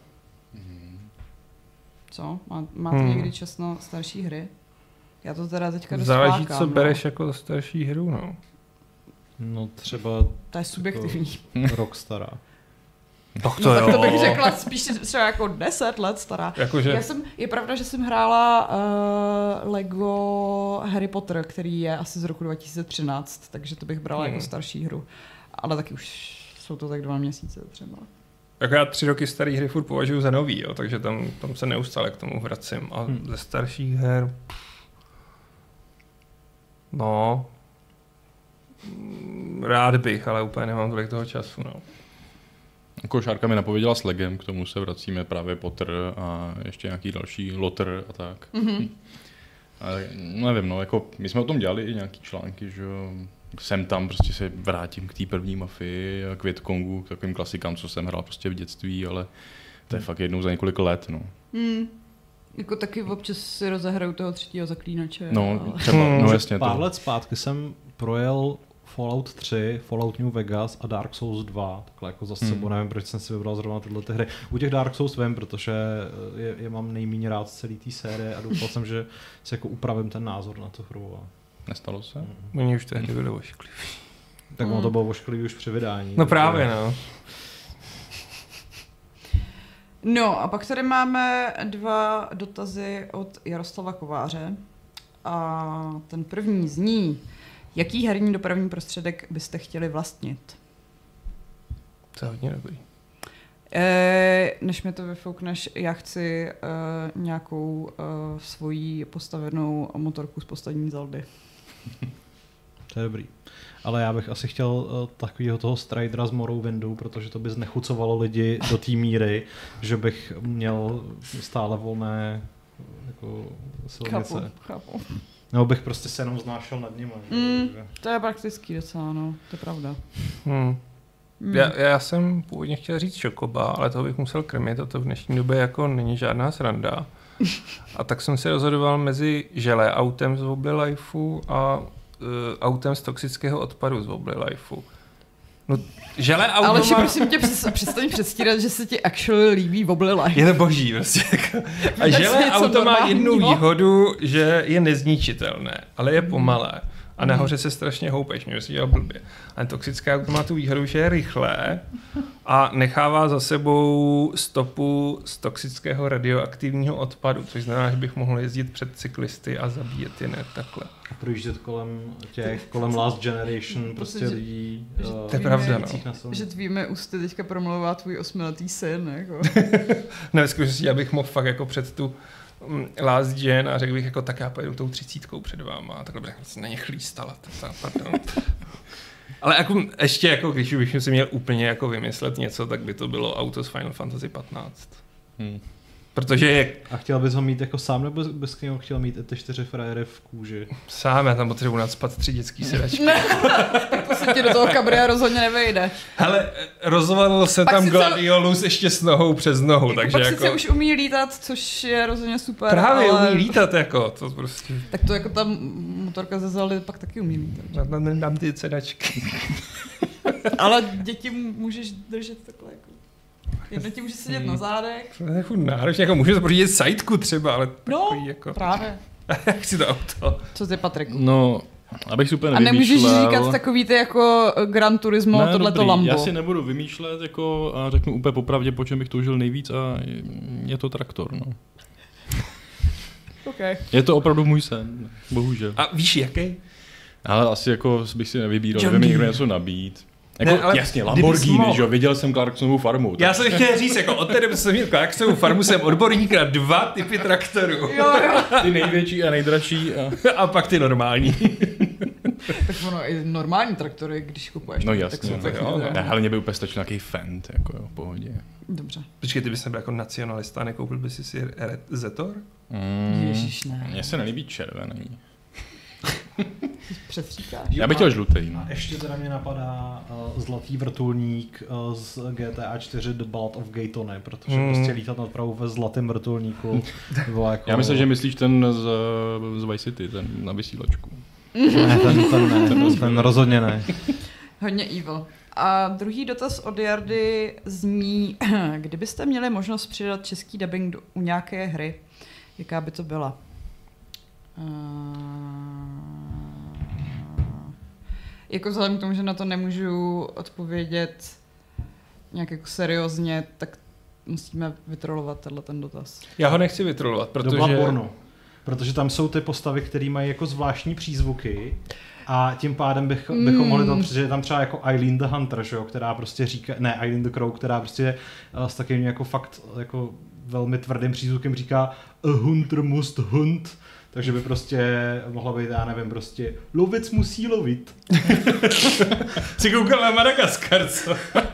Co? Má, máte Hmm. někdy čas na starší hry? Já to teda teďka dost Záleží, flákám, co no. bereš jako starší hru, no. No třeba To je subjektivní. Rockstara. Tak No, tak to bych řekla spíš třeba jako deset let stará. Jakože... Já jsem, je pravda, že jsem hrála uh, Lego Harry Potter, který je asi z roku dva tisíce třináct, takže to bych brala Hmm. jako starší hru. Ale taky už jsou to tak dva měsíce třeba. Jako já tři roky starý hry furt považuji za nový, jo, takže tam, tam se neustále k tomu vracím. A Hmm. ze starších her... No... mm, Rád bych, ale úplně nemám tolik toho času, no. Jako Šárka mi napověděla s Legem, k tomu se vracíme právě Potter a ještě nějaký další Lotter a tak. Mm-hmm. Ale nevím, no, jako my jsme o tom dělali i nějaký články, že jo. Sem tam prostě se vrátím k té první Mafii a k Vietkongu, k takovým klasikám, co jsem hrál prostě v dětství, ale to je fakt jednou za několik let, no. Hmm. Jako taky občas si rozehraju toho třetího zaklínače. No, ale... třeba, Hmm. no jasně Pár to. let zpátky jsem projel Fallout tři, Fallout New Vegas a Dark Souls dva, takhle jako za sebou, Hmm. nevím, proč jsem si vybral zrovna tyhle ty hry. U těch Dark Souls vím, protože je, je mám nejméně rád z celé té série a doufal jsem, že si jako upravím ten názor na tu hru. A... Nestalo se? Oni už tehdy byli ošklivý. Tak Hmm. ono to bylo ošklivý už při vydání. No právě, no. No a pak tady máme dva dotazy od Jaroslava Kováře. A ten první zní, jaký herní dopravní prostředek byste chtěli vlastnit? To je hodně dobrý. E, než mi to vyfoukneš, já chci e, nějakou e, svoji postavenou motorku z poslední Zeldy. To je dobrý. Ale já bych asi chtěl uh, takového toho Stridera z Morrowindu, protože to by znechucovalo lidi do té míry, že bych měl stále volné jako silnice. Chápu, chápu. Nebo bych prostě se jenom znášel nad nimi. Mm. že- To je praktický docela, no, to je pravda. Hmm. Mm. Já, já jsem původně chtěl říct Chocoba, ale toho bych musel krmit a to v dnešní době jako není žádná sranda. A tak jsem se rozhodoval mezi želé autem z Wobbly Lifeu a uh, autem z toxického odpadu z Wobbly Lifeu. No, želé auto Ale že má... prosím tě, přes- přestaň předstírat, že se ti actually líbí Wobbly Life. Je to boží prostě. A Vůbec želé něco auto má jednu normálního. výhodu, že je nezničitelné, ale je pomalé. A nahoře se strašně houpeš, mě si dělal blbě. Ale toxické auto má tu výhodu, že je rychlé a nechává za sebou stopu z toxického radioaktivního odpadu, což znamená, že bych mohl jezdit před cyklisty a zabíjet je ne takhle. A projíždět kolem těch, kolem Last Generation prostě Protože- lidí. že- uh, To je pravda, no. jedících na silnici. Že tvými ústy teďka promlouvá tvůj osmiletý syn, jako. Ne, skutečně, já bych mohl fakt jako před tu mm, Last Gen a řekl bych jako, tak já pojedu tou třicítkou před váma a takhle bych se na ně chlístala. Pardon. Ale jako, ještě jako, když bych si měl úplně jako vymyslet něco, tak by to bylo auto z Final Fantasy patnáct. Hmm. Protože je A chtěl bys ho mít jako sám, nebo bys něho chtěl mít i ty čtyři frajery v kůži? sám, já tam potřebuji nadspat tři dětský sedačky. Tak to se ti do toho kabria rozhodně nevejde. Hele, rozvalil se Pak tam sice- Gladiolus ještě s nohou přes nohu, Jako takže pak jako... sice už umí lítat, což je rozhodně super, Právě ale... umí lítat jako, to prostě... Tak to jako ta motorka ze Zeldy pak taky umí lítat. Já tam dám ty sedačky. Ale děti můžeš držet takhle jako... Jedno ti může sedět na zádech. To je furt náročně, jako můžu to pořídit sajtku třeba, ale No, takový jako... právě. Jak si to auto? Co ty, Patriku? No, abych si úplně A nevymýšlel. nemůžeš říkat takový ty jako Gran Turismo, ne, tohleto dobrý. Lambo. Já si nebudu vymýšlet jako a řeknu úplně popravdě, po čem bych toužil nejvíc a je to traktor, no. Okay. Je to opravdu můj sen, bohužel. A víš jaký? Ale asi jako bych si nevybíral, John kdyby mi Deere. někdo něco nabít. Jako, Ne, ale jasně, kdybys Lamborghini, mohl. že jo, viděl jsem Clarksonovu farmu. Já jsem chtěl říct, jako od té doby jsem měl Clarksonovu farmu, jsem odborník na dva typy traktorů. Jo, jo. Ty největší a nejdražší. A... A pak ty normální. Tak ono i normální traktory, když kupuješ. No tak jasně, jsou no, taky jo, dobré. ne, ale mě by úplně stačil nějaký Fend, jako jo, v pohodě. Dobře. Počkej, ty bys nebyl jako nacionalista, nekoupil bys si Zetor? Mm, Ježiš, ne. Mně se nelíbí červený. Přestříkáš. Já bych chtěl žlutý. A No. ještě teda mě napadá uh, zlatý vrtulník uh, z G T A čtyři The Ballad of Gay Tony, protože Hmm. prostě lítat nad Prahou ve zlatém vrtulníku bylo jako... Já myslím, že myslíš ten z, z Vice City, ten na vysílačku. Ne, ten, ten ne, ten, ten rozhodně ne. Hodně evil. A druhý dotaz od Jardy zní, kdybyste měli možnost přidat český dubbing do, u nějaké hry, jaká by to byla? Uh, jako vzhledem k tomu, že na to nemůžu odpovědět nějak jako seriózně, tak musíme vytrolovat tenhle ten dotaz. Já ho nechci vytrolovat, Do protože... Bloodborne. Protože tam jsou ty postavy, které mají jako zvláštní přízvuky a tím pádem bych, bychom Mm. mohli tam přijít, tam třeba jako Eileen the Hunter, že jo, která prostě říká, ne, Eileen the Crow, která prostě uh, s takovým jako fakt jako velmi tvrdým přízvukem říká a hunter must hunt, takže by prostě mohla být, já nevím, prostě lovec musí lovit. Jsi koukal na Madagaskar, co?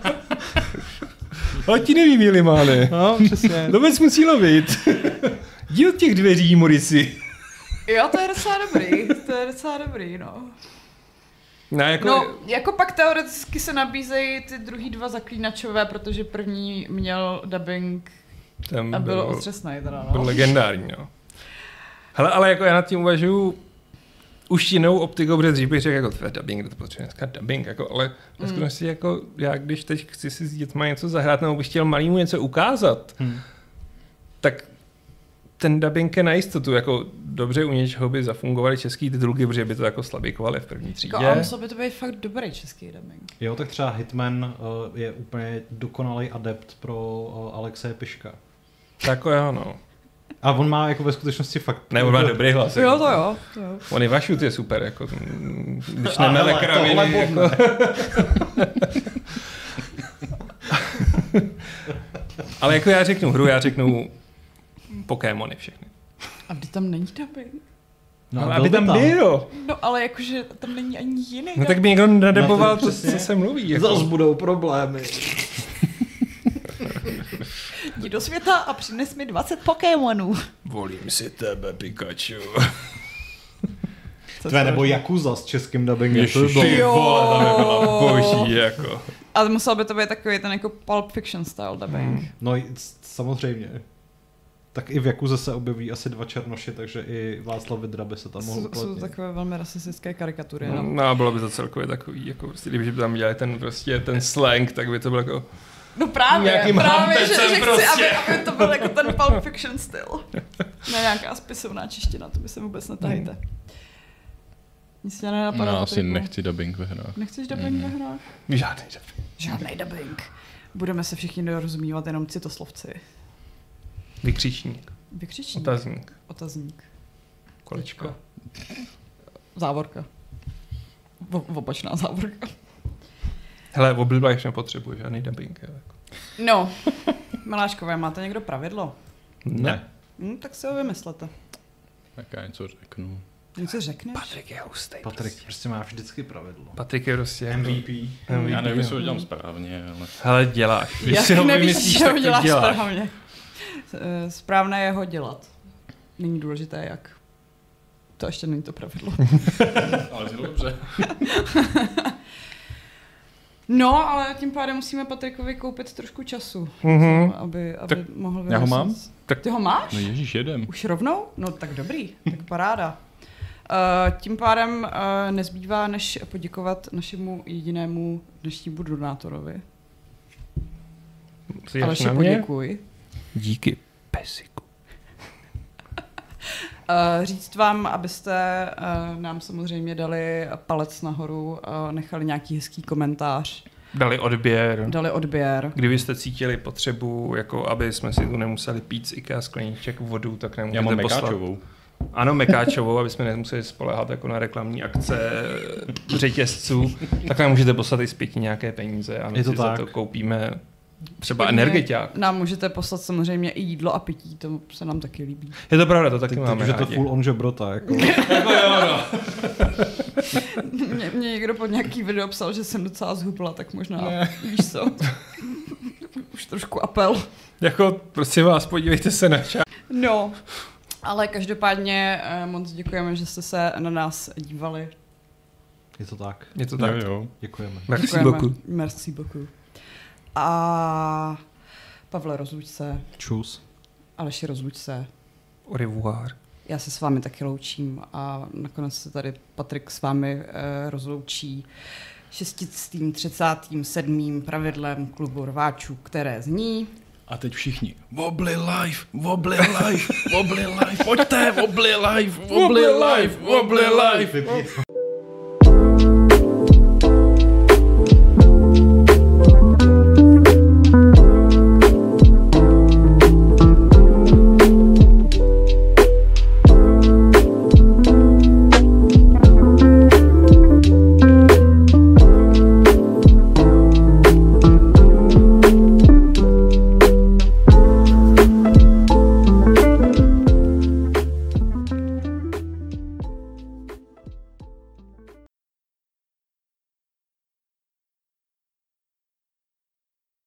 Ale ti nevím, Jelimáne. No, přesně. Lovec musí lovit. Jdi od těch dveří, Morisi. Jo, to je docela dobrý, to je docela dobrý, no. No, jako... No, jako pak teoreticky se nabízejí ty druhý dva zaklínačové, protože první měl dubbing Tam a byl byl, otřesnej teda, byl no. legendární, no. Hele, ale jako já nad tím uvažuju už jinou optikou, protože dřív bych řekl, jako tvé dubbing, kdo to potřebuje dneska dubbing, jako, ale ve skutečnosti jako já, když teď chci si s dětma něco zahrát, nebo bych chtěl malýmu něco ukázat, Hmm. tak ten dubbing je na jistotu, jako dobře u něčeho by zafungovaly český titulky, protože by to jako slabikovaly v první třídě. Jako, ale musel by to být fakt dobrý český dubbing. Jo, tak třeba Hitman uh, je úplně dokonalý adept pro uh, Alexeje Piška. Tak jo, no. A on má jako ve skutečnosti fakt... Ne, on má dobrý hlas. Jo, jako. to jo. To jo. On i Vašut je super, jako, mm, když A nemele hele, tohle kraviny, jako. Ale jako já řeknu hru, já řeknu Pokémony všechny. A kdy tam není dubbing? No, ale byl aby by tam byl. No ale jakože tam není ani jiný No tak by někdo nadeboval No, to to, přesně. co se mluví. Jako. budou problémy. Jdi do světa a přines mi dvacet Pokémonů. Volím si tebe, Pikachu. Tvé nebo Yakuza s českým dubbingem. Ježiš. To by bylo- Ty vole, tam by byla boží, jako. Ale musel by to být takový ten jako Pulp Fiction style dubbing. Hmm. No i s- samozřejmě. Tak i v Yakuze se objeví asi dva černoši, takže i Václav Vidra by se tam mohl Jsou, jsou uplatnit. takové velmi rasistické karikatury. No, No. no a bylo by to celkově takový, jako prostě, kdyby tam dělali ten prostě, ten slang, tak by to bylo jako... No právě, Nějakým právě, že, že hampecem chci, prostě. aby, aby to byl jako ten Pulp Fiction styl. Ne nějaká spisovná čeština, to by se vůbec netahejte. Nic tě nenapadá. No, asi Patriku? nechci dubbing ve hrách. Nechceš dubbing ve hrách? Žádný dubbing. Žádnej dubbing. Budeme se všichni dorozumívat jenom citoslovci. Vykřičník, Vykřičník. otazník, Otazník. kolečko. Závorka. V, opačná závorka. Hele, v oblibách nepotřebuje žádný dubbing. Jako. No, Miláškové, máte někdo pravidlo? Ne. Hm, tak si ho vymyslete. Tak já něco řeknu. Něco řekneš? Patrik je hustý. Patrik prostě má vždycky pravidlo. Patrik je prostě... M V P. M V P, Já nevím, jo. jestli ho dělám správně, ale... Hele, děláš. Když Jak si ho nevíš, vymyslíš, že ho tak to děláš děláš. správně. Eh, Správné je ho dělat. Není důležité jak. To ještě není to pravidlo. Ale je to dobře. No, ale tím pádem musíme Patrikovi koupit trošku času, Mhm. aby, aby Tak mohl já ho vymyslet. mám? Tak- Ty ho máš? No ježíš, jedem. Už rovnou? No tak dobrý, tak paráda. Uh, tím pádem uh, nezbývá, než poděkovat našemu jedinému dnešnímu donátorovi. Si Aleši, na mě? poděkuj. Díky, pesiku. říct vám, abyste uh, nám samozřejmě dali palec nahoru, uh, nechali nějaký hezký komentář. Dali odběr. Dali odběr. Kdybyste cítili potřebu, jako aby jsme si tu nemuseli pít z IKEA skleníček vodu, tak nemůžete Já mám poslat. Mekáčovou. Ano, Mekáčovou, aby jsme nemuseli spoléhat jako na reklamní akce řetězců, tak nám můžete poslat i zpětně nějaké peníze a my si za to koupíme třeba energetiák. Nám můžete poslat samozřejmě i jídlo a pití, to se nám taky líbí. Je to pravda, to taky Teď, máme rádi. Teď už je to full on žebrota. Jako. Jako jo, no. mě, mě někdo pod nějaký video psal, že jsem docela zhubla, tak možná, ne. Víš co, už trošku apel. Jako, prosím vás, podívejte se na čas. No, ale každopádně moc děkujeme, že jste se na nás dívali. Je to tak. Je to tak. Jo, jo. Děkujeme. Merci beaucoup. Merci beaucoup. A Pavle, rozluč se. Čus. Aleši, rozluč se. Au revoir. Já se s vámi taky loučím a nakonec se tady Patrik s vámi eh, rozloučí šestistým třicátým sedmým pravidlem klubu rváčů, které zní... A teď všichni. Wobbly life, wobbly life, wobbly life, pojďte, wobbly life, wobbly life, wobbly life.